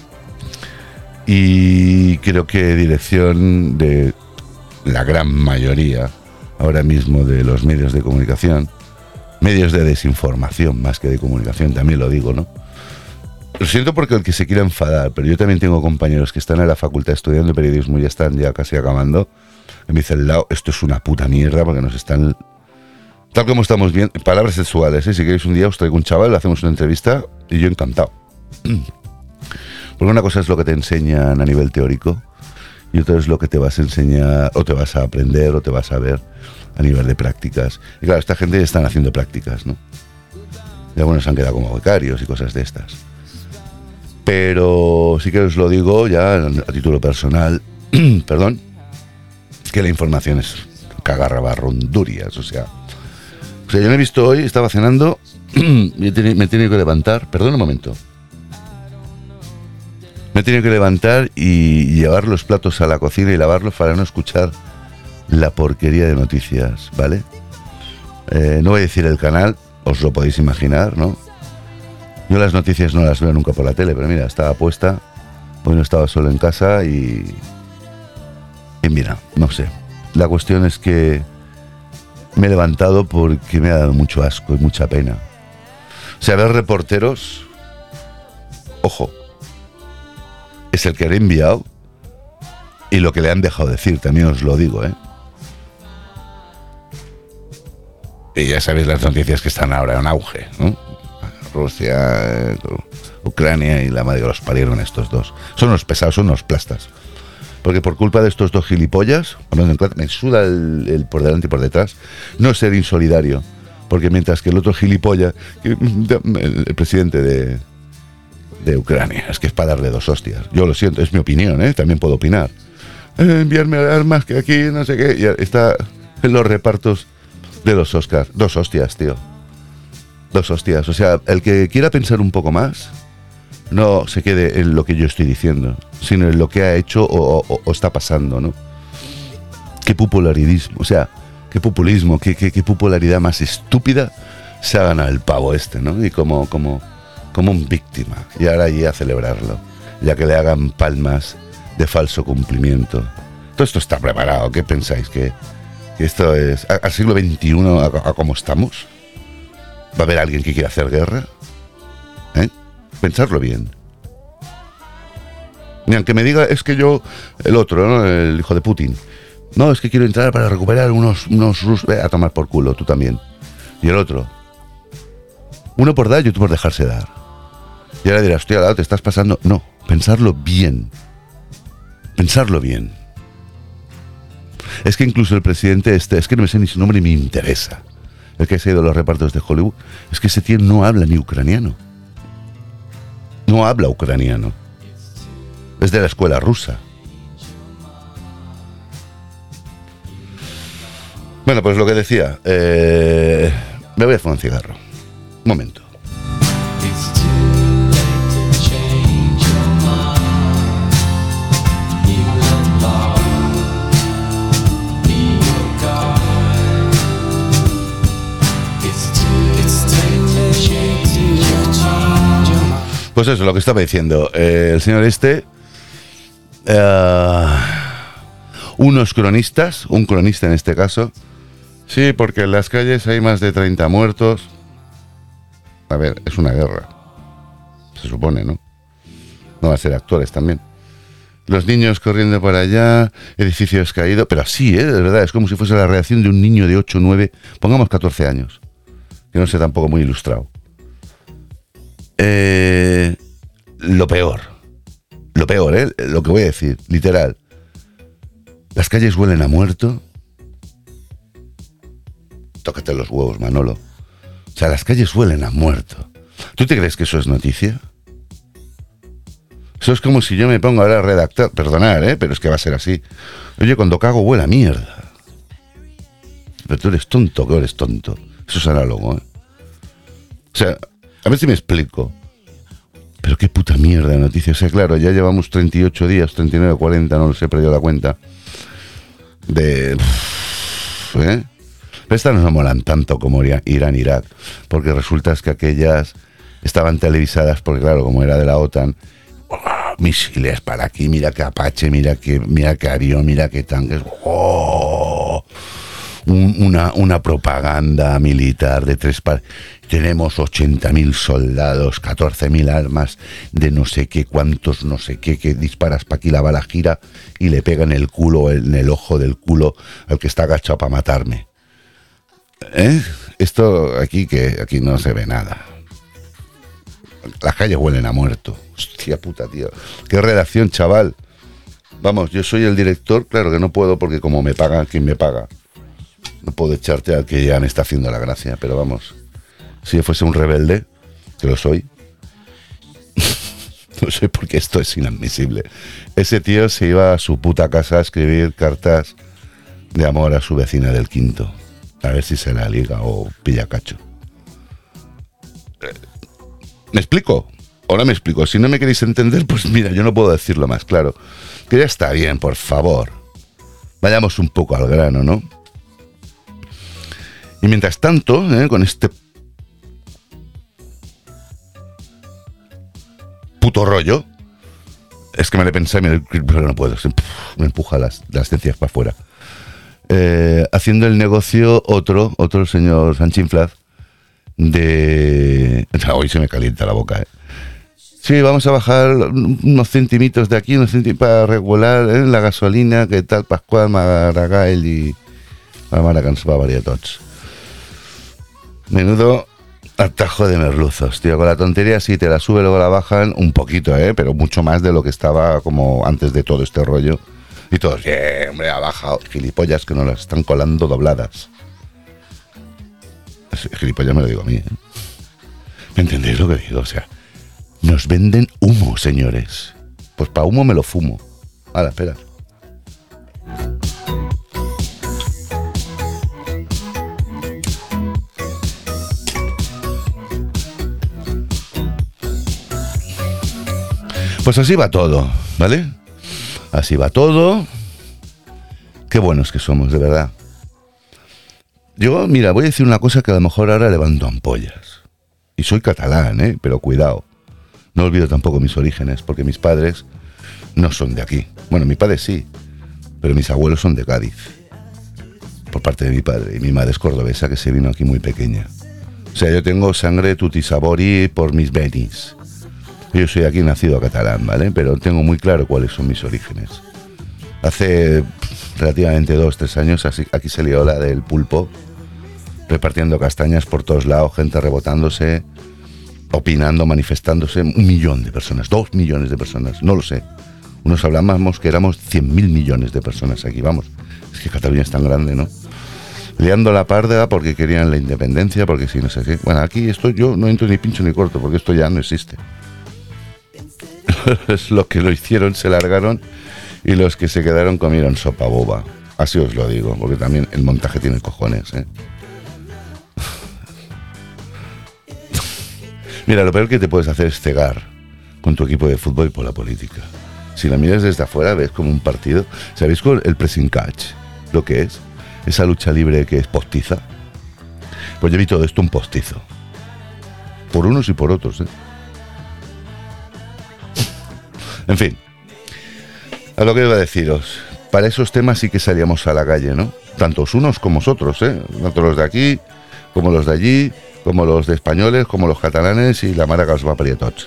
Y creo que dirección de la gran mayoría ahora mismo de los medios de comunicación, medios de desinformación más que de comunicación, también lo digo, ¿no? Lo siento porque el que se quiera enfadar, pero yo también tengo compañeros que están en la facultad estudiando periodismo y ya están ya casi acabando, y me dicen, Lau, esto es una puta mierda porque nos están... Tal como estamos viendo, palabras sexuales, ¿eh? Si queréis un día os traigo un chaval, le hacemos una entrevista y yo encantado. Porque una cosa es lo que te enseñan a nivel teórico y otra es lo que te vas a enseñar o te vas a aprender o te vas a ver a nivel de prácticas. Y claro, esta gente están haciendo prácticas, ¿no? Y algunos se han quedado como becarios y cosas de estas. Pero sí que os lo digo ya a título personal, perdón, que la información es cagarrabarrondurias, o sea... O sea, yo me he visto hoy, estaba cenando y he teni- me he tenido que levantar, perdón un momento. Me he tenido que levantar y llevar los platos a la cocina y lavarlos para no escuchar la porquería de noticias, ¿vale? Eh, no voy a decir el canal, os lo podéis imaginar, ¿no? Yo las noticias no las veo nunca por la tele, pero mira, estaba puesta, hoy no estaba solo en casa y... Y mira, no sé. La cuestión es que me he levantado porque me ha dado mucho asco y mucha pena. O sea, ver reporteros, ojo, es el que le he enviado y lo que le han dejado decir, también os lo digo, ¿eh? Y ya sabéis las noticias que están ahora en auge, ¿no? Rusia, eh, Ucrania y la madre que los parieron estos dos. Son unos pesados, son unos plastas. Porque por culpa de estos dos gilipollas, hablando en claro, me suda el, el por delante y por detrás, no ser insolidario. Porque mientras que el otro gilipollas, el, el presidente de, de Ucrania, es que es para darle dos hostias. Yo lo siento, es mi opinión, ¿eh? También puedo opinar. eh, enviarme armas, que aquí no sé qué. Y está en los repartos de los Oscars. Dos hostias, tío. Dos hostias. O sea, el que quiera pensar un poco más, no se quede en lo que yo estoy diciendo, sino en lo que ha hecho o, o, o está pasando, ¿no? Qué popularidismo, o sea, qué populismo, qué, qué, qué popularidad más estúpida se ha ganado el pavo este, ¿no? Y como, como, como un víctima. Y ahora allí a celebrarlo, ya que le hagan palmas de falso cumplimiento. Todo esto está preparado. ¿Qué pensáis? ¿Que, que esto es al siglo veintiuno a, a cómo estamos? ¿Va a haber alguien que quiera hacer guerra? ¿Eh? Pensarlo bien. Ni aunque me diga, es que yo, el otro, ¿no? El hijo de Putin. No, es que quiero entrar para recuperar unos, unos rusos. Ve a tomar por culo, tú también. Y el otro. Uno por dar y otro por dejarse dar. Y ahora dirás, hostia, al lado te estás pasando. No, pensarlo bien. Pensarlo bien. Es que incluso el presidente este, es que no me sé ni su nombre ni me interesa. El que se ha ido a los repartos de Hollywood. Es que ese tío no habla ni ucraniano. No habla ucraniano. Es de la escuela rusa. Bueno, pues lo que decía, eh, me voy a fumar un cigarro. Un momento. Pues eso, lo que estaba diciendo. Eh, el señor este... Eh, unos cronistas, un cronista en este caso... Sí, porque en las calles hay más de treinta muertos. A ver, es una guerra. Se supone, ¿no? No va a ser actores también. Los niños corriendo por allá, edificios caídos. Pero así, ¿eh? De verdad, es como si fuese la reacción de un niño de ocho, nueve, pongamos catorce años. Que no sé tampoco muy ilustrado. Eh, lo peor. Lo peor, ¿eh? Lo que voy a decir, literal. Las calles huelen a muerto. Tócate los huevos, Manolo. O sea, las calles huelen a muerto. ¿Tú te crees que eso es noticia? Eso es como si yo me pongo ahora a redactar. Perdonad, ¿eh? Pero es que va a ser así. Oye, cuando cago huele a mierda. Pero tú eres tonto, que eres tonto. Eso es análogo, ¿eh? O sea, a ver si me explico. Pero qué puta mierda de noticia. O sea, claro, ya llevamos treinta y ocho días, treinta y nueve, cuarenta, no los he perdido la cuenta. De... ¿Eh? Pero estas no molan tanto como Irán, Irak, porque resulta que aquellas estaban televisadas, porque claro, como era de la OTAN, ¡oh! Misiles para aquí, mira que Apache, mira que, mira que avión, mira que tanques, ¡oh! Un, una, una propaganda militar de tres par... Tenemos ochenta mil soldados, catorce mil armas de no sé qué, cuántos no sé qué, que disparas para aquí, la bala gira y le pega en el culo, en el ojo del culo al que está agachado para matarme. ¿Eh? Esto aquí que aquí no se ve nada. Las calles huelen a muerto. Hostia puta, tío. Qué redacción, chaval. Vamos, yo soy el director, claro que no puedo porque como me pagan, ¿quién me paga? No puedo echarte al que ya me está haciendo la gracia, pero vamos. Si yo fuese un rebelde, que lo soy. No sé porque esto es inadmisible. Ese tío se iba a su puta casa a escribir cartas de amor a su vecina del quinto. A ver si se la liga o pilla cacho. ¿Me explico? ¿O no me explico? Si no me queréis entender, pues mira, yo no puedo decirlo más claro. Que ya está bien, por favor. Vayamos un poco al grano, ¿no? Y mientras tanto, ¿eh? Con este puto rollo, es que me lo pensé y me pero no puedo, me empuja las, las ciencias para afuera. Eh, haciendo el negocio otro, otro señor Sanchinflaz de... Hoy se me calienta la boca, ¿eh? Sí, vamos a bajar unos centimitos de aquí, unos centimitos para regular, ¿eh? La gasolina, que tal, Pascual, Maragall y... Maragall, va a variar tots. Menudo atajo de merluzos, tío. Con la tontería sí te la sube, luego la bajan un poquito, ¿eh? Pero mucho más de lo que estaba como antes de todo este rollo. Y todos, yeah, hombre, ha bajado. Gilipollas que nos las están colando dobladas. Gilipollas me lo digo a mí, ¿eh? ¿Me entendéis lo que digo? O sea, nos venden humo, señores. Pues para humo me lo fumo. Ahora, espera. Pues así va todo, ¿vale? Así va todo. Qué buenos que somos, de verdad. Yo, mira, voy a decir una cosa que a lo mejor ahora levanto ampollas. Y soy catalán, ¿eh? Pero cuidado. No olvido tampoco mis orígenes, porque mis padres no son de aquí. Bueno, mi padre sí, pero mis abuelos son de Cádiz, por parte de mi padre. Y mi madre es cordobesa, que se vino aquí muy pequeña. O sea, yo tengo sangre tutisabori por mis venis. Yo soy aquí nacido catalán, ¿vale? Pero tengo muy claro cuáles son mis orígenes. Hace relativamente dos, tres años así, aquí se lió la del pulpo, repartiendo castañas por todos lados, gente rebotándose, opinando, manifestándose, un millón de personas, dos millones de personas, no lo sé. Unos hablábamos que éramos cien mil millones de personas aquí, vamos. Es que Cataluña es tan grande, ¿no? Liando la parda porque querían la independencia, porque si no sé qué. Bueno, aquí esto yo no entro ni pincho ni corto, porque esto ya no existe. Es lo que lo hicieron, se largaron, y los que se quedaron comieron sopa boba. Así os lo digo, porque también el montaje tiene cojones, ¿eh? Mira, lo peor que te puedes hacer es cegar con tu equipo de fútbol por la política. Si la miras desde afuera, ves como un partido. ¿Sabéis con el pressing catch lo que es? Esa lucha libre que es postiza. Pues yo vi todo esto un postizo. Por unos y por otros, ¿eh? En fin. A lo que iba a deciros. Para esos temas sí que salíamos a la calle, ¿no? Tantos unos como otros, ¿eh? Tanto los de aquí, como los de allí, como los de españoles, como los catalanes y la mara que os va a prietots.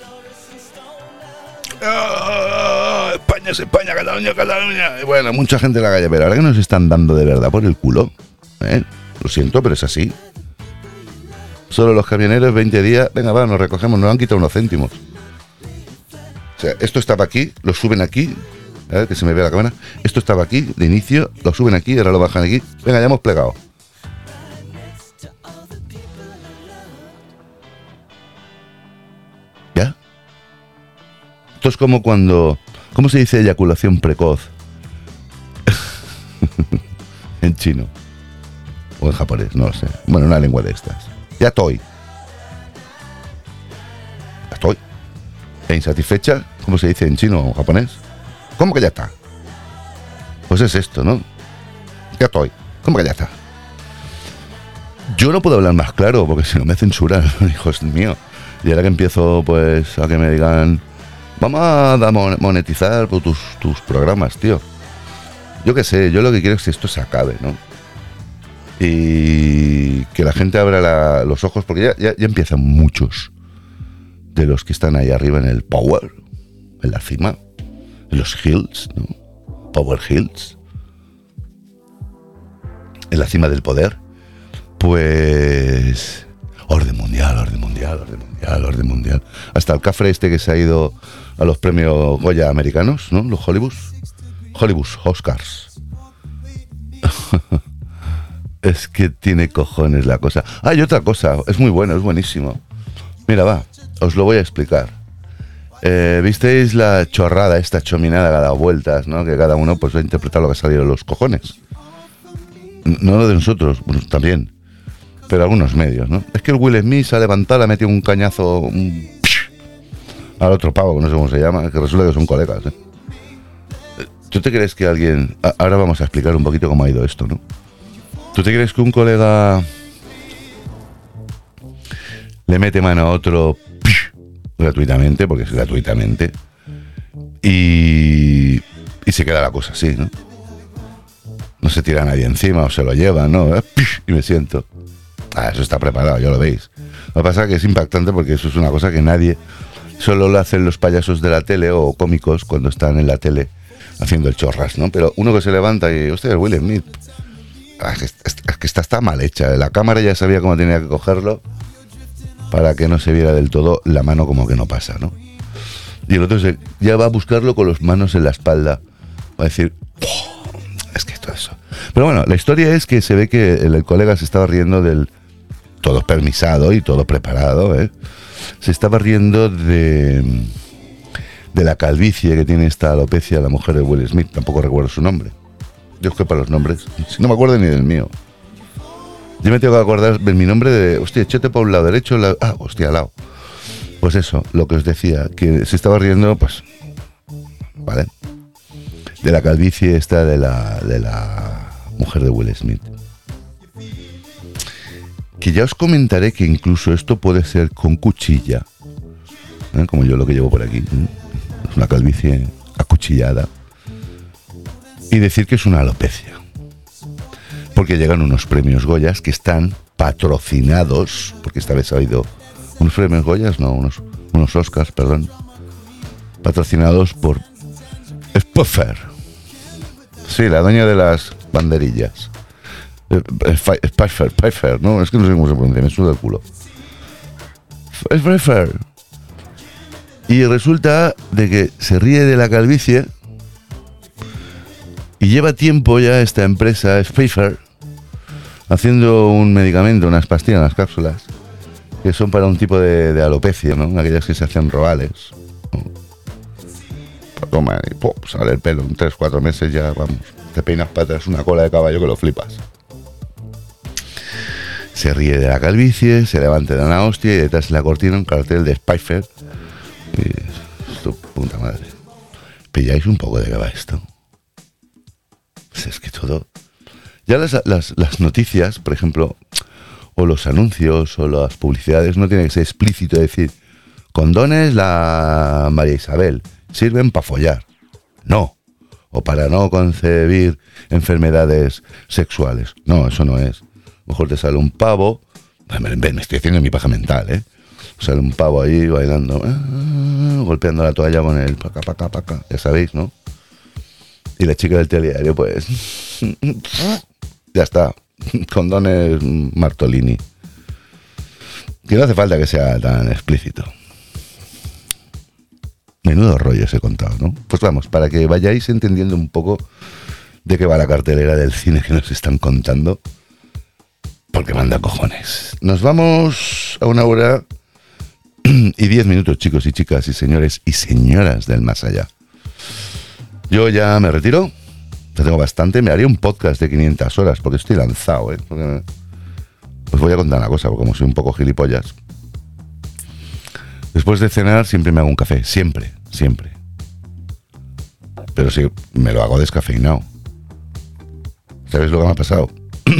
¡Oh! España es España, Cataluña, Cataluña. Y bueno, mucha gente en la calle, pero ahora que nos están dando de verdad por el culo, ¿eh? Lo siento, pero es así. Solo los camioneros, veinte días, venga, va, nos recogemos, nos han quitado unos céntimos. O sea, esto estaba aquí, lo suben aquí, a ver que se me vea la cámara. Esto estaba aquí de inicio, lo suben aquí, ahora lo bajan aquí. Venga, ya hemos plegado. ¿Ya? Esto es como cuando... ¿Cómo se dice eyaculación precoz? En chino. O en japonés, no lo sé. Bueno, una lengua de estas. Ya estoy. Ya estoy. E insatisfecha, ¿cómo se dice en chino o en japonés? ¿Cómo que ya está? Pues es esto, ¿no? Ya estoy. ¿Cómo que ya está? Yo no puedo hablar más claro porque si no me censuran, hijos míos. Y ahora que empiezo, pues, a que me digan, vamos a monetizar tus, tus programas, tío. Yo qué sé, yo lo que quiero es que esto se acabe, ¿no? Y que la gente abra la, los ojos, porque ya, ya, ya empiezan muchos de los que están ahí arriba en el power, en la cima, en los hills, ¿no? Power Hills, en la cima del poder, pues orden mundial, orden mundial, orden mundial, orden mundial. Hasta el cafre este que se ha ido a los premios Goya americanos, ¿no? Los Hollywood, Hollywood Oscars. Es que tiene cojones la cosa. Ah, y otra cosa, es muy bueno, es buenísimo. Mira, va, os lo voy a explicar. Eh, ¿Visteis la chorrada, esta chominada que ha dado vueltas, ¿no? Que cada uno pues va a interpretar lo que ha salido de los cojones. No lo de nosotros, bueno, también, pero algunos medios, ¿no? Es que el Will Smith se ha levantado, le ha metido un cañazo un... al otro pavo, que no sé cómo se llama, que resulta que son colegas, ¿eh? ¿Tú te crees que alguien... Ahora vamos a explicar un poquito cómo ha ido esto, ¿no? ¿Tú te crees que un colega le mete mano a otro gratuitamente, porque es gratuitamente, y, y se queda la cosa así, ¿no? No se tira a nadie encima o se lo lleva, ¿no? Y me siento. Ah, eso está preparado, ya lo veis. Lo que pasa es que es impactante porque eso es una cosa que nadie... Solo lo hacen los payasos de la tele o cómicos cuando están en la tele haciendo el chorras, ¿no? Pero uno que se levanta y... Hostia, el Will Smith... Ah, es, que, es, es que esta está mal hecha. La cámara ya sabía cómo tenía que cogerlo para que no se viera del todo la mano como que no pasa, ¿no? Y el otro se, ya va a buscarlo con las manos en la espalda. Va a decir... Oh, es que todo eso... Pero bueno, la historia es que se ve que el, el colega se estaba riendo del... Todo permisado y todo preparado, ¿eh? Se estaba riendo de... de la calvicie que tiene esta alopecia la mujer de Will Smith. Tampoco recuerdo su nombre. Yo es que para los nombres, si no me acuerdo ni del mío. Yo me tengo que acordar de mi nombre de, hostia, échate para un lado derecho, la, ah, hostia, al lado. Pues eso, lo que os decía, que se estaba riendo, pues, ¿vale? De la calvicie esta de la, de la mujer de Will Smith. Que ya os comentaré que incluso esto puede ser con cuchilla, ¿eh? Como yo lo que llevo por aquí, ¿eh? Es una calvicie acuchillada. Y decir que es una alopecia. Porque llegan unos premios Goyas que están patrocinados, porque esta vez ha habido unos premios Goyas, no, unos, unos Oscars, perdón, patrocinados por Spuffer. Sí, la dueña de las banderillas. Spuffer, Spuffer, ¿no? Es que no sé cómo se pronuncia, me suda el culo. Spuffer. Y resulta de que se ríe de la calvicie y lleva tiempo ya esta empresa, Spuffer, haciendo un medicamento, unas pastillas, unas cápsulas, que son para un tipo de, de alopecia, ¿no? Aquellas que se hacen roales, ¿no? Toma y ¡pum! Sale el pelo en tres, cuatro meses ya, vamos, te peinas para atrás una cola de caballo que lo flipas. Se ríe de la calvicie, se levanta de una hostia y detrás de la cortina un cartel de Spuffer. Y esto, puta madre. ¿Pilláis un poco de qué va esto? Pues es que todo... Ya las, las, las noticias, por ejemplo, o los anuncios o las publicidades no tienen que ser explícito, decir, condones la María Isabel, sirven para follar. No. O para no concebir enfermedades sexuales. No, eso no es. A lo mejor te sale un pavo, me, me, me estoy haciendo mi paja mental, ¿eh? Sale un pavo ahí bailando, eh, golpeando la toalla con el paca, paca, paca, ya sabéis, ¿no? Y la chica del telediario, pues, ya está, condones Martolini. Que no hace falta que sea tan explícito. Menudo rollo os he contado, ¿no? Pues vamos, para que vayáis entendiendo un poco de qué va la cartelera del cine que nos están contando, porque manda cojones. Nos vamos a una hora y diez minutos, chicos y chicas y señores y señoras del más allá. Yo ya me retiro, ya tengo bastante, me haría un podcast de quinientas horas, porque estoy lanzado, ¿eh? Porque os voy a contar una cosa, porque como soy un poco gilipollas. Después de cenar siempre me hago un café, siempre, siempre. Pero sí, me lo hago descafeinado. ¿Sabéis lo que me ha pasado?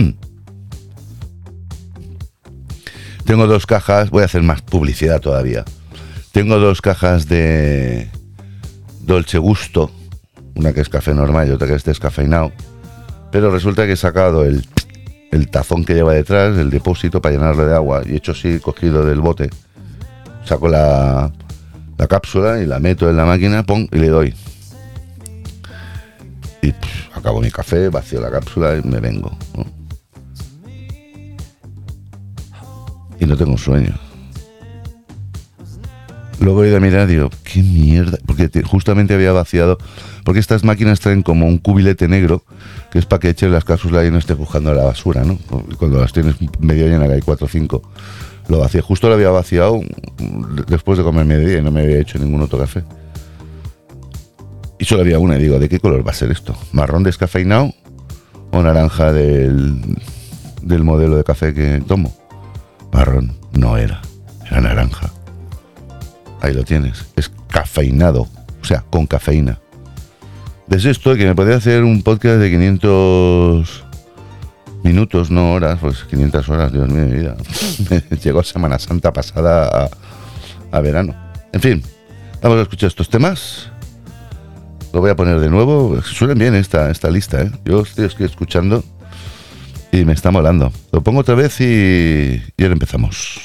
Tengo dos cajas, voy a hacer más publicidad todavía. Tengo dos cajas de Dolce Gusto, una que es café normal y otra que es descafeinado. Pero resulta que he sacado el, el tazón que lleva detrás, el depósito para llenarlo de agua, y he hecho así, cogido del bote. Saco la, la cápsula y la meto en la máquina, pum, y le doy. Y pff, acabo mi café, vacío la cápsula y me vengo, ¿no? Y no tengo sueño. Luego he ido a mirar y digo, qué mierda, porque te, justamente había vaciado, porque estas máquinas traen como un cubilete negro, que es para que eches las cápsulas y no estés buscando la basura, ¿no? Cuando las tienes medio llenas, que hay cuatro o cinco, lo vacié. Justo lo había vaciado después de comer mediodía y no me había hecho ningún otro café. Y solo había una y digo, ¿de qué color va a ser esto? ¿Marrón descafeinado o naranja del, del modelo de café que tomo? Marrón, no era, era naranja. Ahí lo tienes, es cafeinado, o sea, con cafeína. Desde esto, que me podría hacer un podcast de quinientos minutos, no horas, pues quinientas horas, Dios mío, mi vida. Llegó Semana Santa pasada a, a verano. En fin, vamos a escuchar estos temas. Lo voy a poner de nuevo, suenan bien esta, esta lista, ¿eh? Yo estoy, estoy escuchando y me está molando. Lo pongo otra vez y, y ahora empezamos.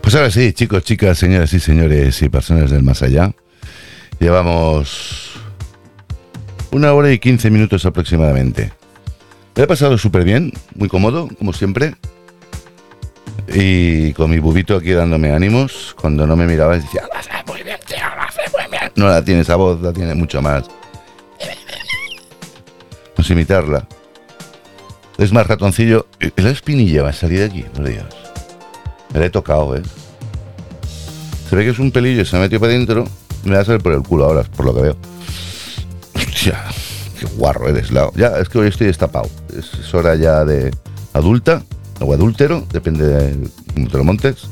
Pues ahora sí, chicos, chicas, señoras y señores y personas del más allá, llevamos una hora y quince minutos aproximadamente. Me he pasado súper bien, muy cómodo, como siempre. Y con mi bubito aquí dándome ánimos. Cuando no me miraba decía, lo haces muy bien, tío, lo haces muy bien. No la tiene esa voz, la tiene mucho más. No sé imitarla. Es más ratoncillo. ¿Y la espinilla va a salir de aquí? Por Dios. Me la he tocado, ¿eh? Se ve que es un pelillo y se me ha metido para adentro. Me va a salir por el culo ahora, por lo que veo. Hostia, qué guarro eres, Lao. Ya, es que hoy estoy destapado. Es, es hora ya de adulta o adúltero, depende de cómo te lo montes.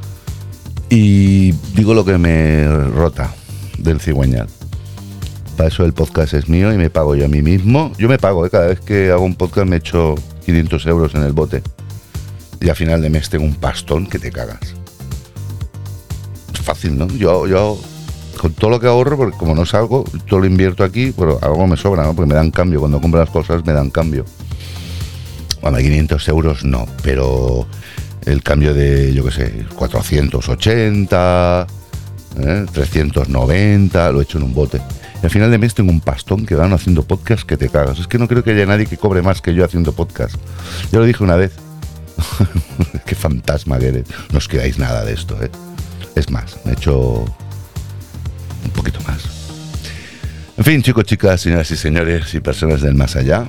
Y digo lo que me rota del cigüeñal. Para eso el podcast es mío y me pago yo a mí mismo. Yo me pago, ¿eh? Cada vez que hago un podcast me echo quinientos euros en el bote. Y a final de mes tengo un pastón que te cagas. Es fácil, ¿no? Yo, yo con todo lo que ahorro, porque como no salgo, todo lo invierto aquí, pero algo me sobra, ¿no? Porque me dan cambio. Cuando compro las cosas me dan cambio. Bueno, quinientos euros no, pero el cambio de, yo qué sé, cuatrocientos ochenta, ¿eh? trescientos noventa, lo he hecho en un bote. Y al final de mes tengo un pastón que van haciendo podcast que te cagas. Es que no creo que haya nadie que cobre más que yo haciendo podcast. Yo lo dije una vez. Qué fantasma que eres. No os quedáis nada de esto, ¿eh? Es más, me he hecho un poquito más. En fin, chicos, chicas, señoras y señores y personas del más allá.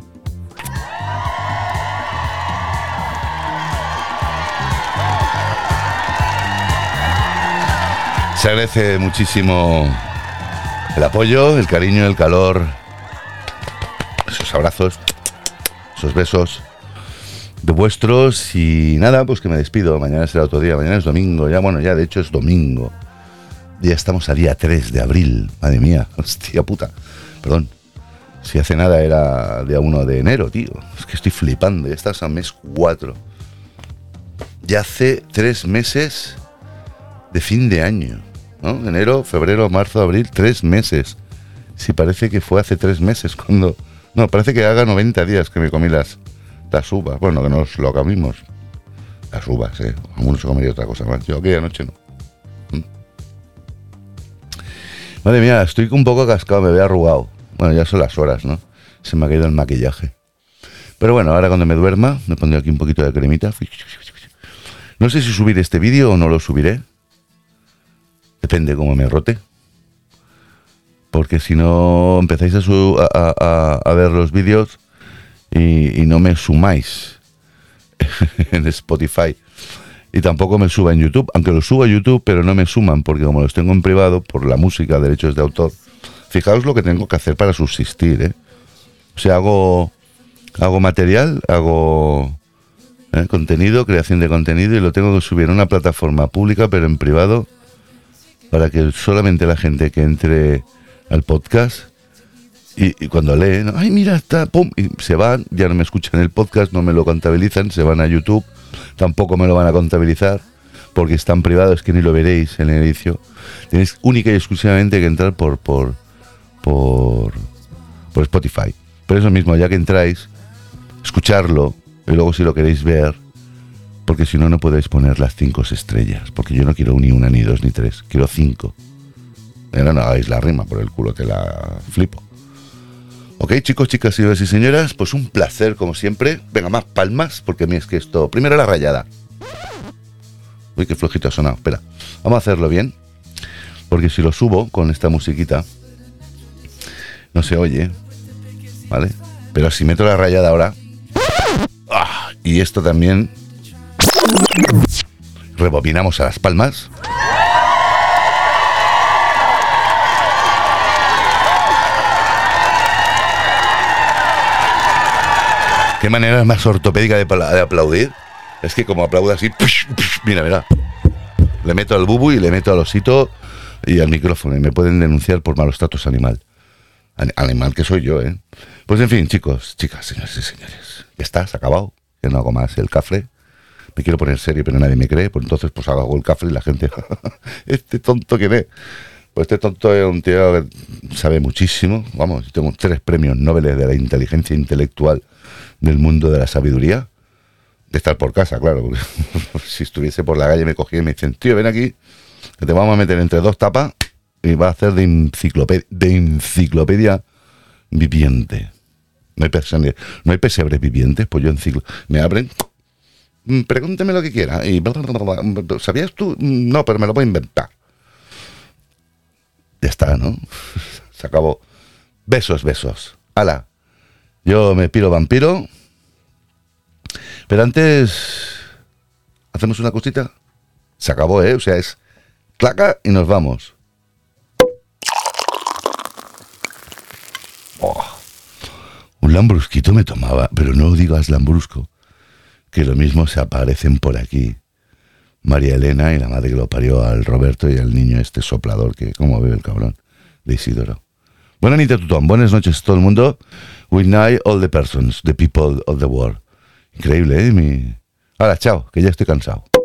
Se agradece muchísimo el apoyo, el cariño, el calor, esos abrazos, esos besos de vuestros. Y nada, pues que me despido. Mañana será otro día, mañana es domingo. Ya, bueno, ya de hecho es domingo. Ya estamos a día tres de abril. Madre mía, hostia puta. Perdón. Si hace nada era día uno de enero, tío. Es que estoy flipando. Ya estás a mes cuatro. Ya hace tres meses de fin de año, ¿no? Enero, febrero, marzo, abril, tres meses. Si parece que fue hace tres meses cuando... No, parece que haga noventa días que me comí las... Las uvas, bueno, que nos lo comimos. Las uvas, eh. Algunos se comería otra cosa más. Yo aquella noche no. ¿Mm? Madre mía, estoy un poco cascado, me veo arrugado. Bueno, ya son las horas, ¿no? Se me ha caído el maquillaje. Pero bueno, ahora cuando me duerma, me pondré aquí un poquito de cremita. No sé si subir este vídeo o no lo subiré. Depende cómo me rote. Porque si no empezáis a, su, a, a, a ver los vídeos... Y, y no me sumáis en Spotify y tampoco me suba en YouTube, aunque lo subo a YouTube, pero no me suman porque como los tengo en privado por la música, derechos de autor. Fijaos lo que tengo que hacer para subsistir, ¿eh? O sea, hago hago material, hago ¿eh? contenido, creación de contenido, y lo tengo que subir a una plataforma pública pero en privado para que solamente la gente que entre al podcast Y, y cuando leen, ay, mira, está, pum, y se van, ya no me escuchan el podcast, no me lo contabilizan, se van a YouTube, tampoco me lo van a contabilizar, porque es tan privado, es que ni lo veréis en el inicio. Tenéis única y exclusivamente que entrar por, por, por, por Spotify. Por eso mismo, ya que entráis, escucharlo, y luego si lo queréis ver, porque si no, no podéis poner las cinco estrellas, porque yo no quiero ni una, ni dos, ni tres, quiero cinco. No, no hagáis la rima, por el culo te la flipo. Ok, chicos, chicas, señores y señoras, pues un placer como siempre. Venga, más palmas, porque a mí es que esto... Primero la rayada. Uy, qué flojito ha sonado. Espera, vamos a hacerlo bien, porque si lo subo con esta musiquita no se oye, ¿vale? Pero si meto la rayada ahora... ¡Ah! Y esto también... Rebobinamos a las palmas. Qué manera más ortopédica de, de aplaudir. Es que como aplaudo así, push, push, mira, mira. Le meto al bubu y le meto al osito y al micrófono. Y me pueden denunciar por malos tratos animal. An- animal que soy yo, ¿eh? Pues en fin, chicos, chicas, señores y señores. Ya está, se ha acabado. Ya no hago más el cafre. Me quiero poner serio, pero nadie me cree. Pues entonces pues hago el cafre y la gente... este tonto que ve. Pues este tonto es un tío que sabe muchísimo. Vamos, tengo tres premios Nobel de la inteligencia intelectual del mundo de la sabiduría. De estar por casa, claro. Porque si estuviese por la calle me cogía y me dicen, tío, ven aquí, que te vamos a meter entre dos tapas y va a hacer de enciclopedia, de enciclopedia viviente. No hay, persone- no hay pesebres vivientes, pues yo enciclo... Me abren, mm, pregúnteme lo que quiera. Y ¿sabías tú? No, pero me lo voy a inventar. Ya está, ¿no? Se acabó. Besos, besos. Hala. Yo me piro vampiro. Pero antes... ¿Hacemos una cosita? Se acabó, ¿eh? O sea, es... claca y nos vamos. Oh, un lambrusquito me tomaba, pero no digas lambrusco, que lo mismo se aparecen por aquí María Elena y la madre que lo parió al Roberto y al niño este soplador que como bebe el cabrón de Isidoro. Buenas noches a tothom, buenas noches a todo el mundo. Good night all the persons, the people of the world. Increíble, ¿eh? Mi... Ahora, chao, que ya estoy cansado.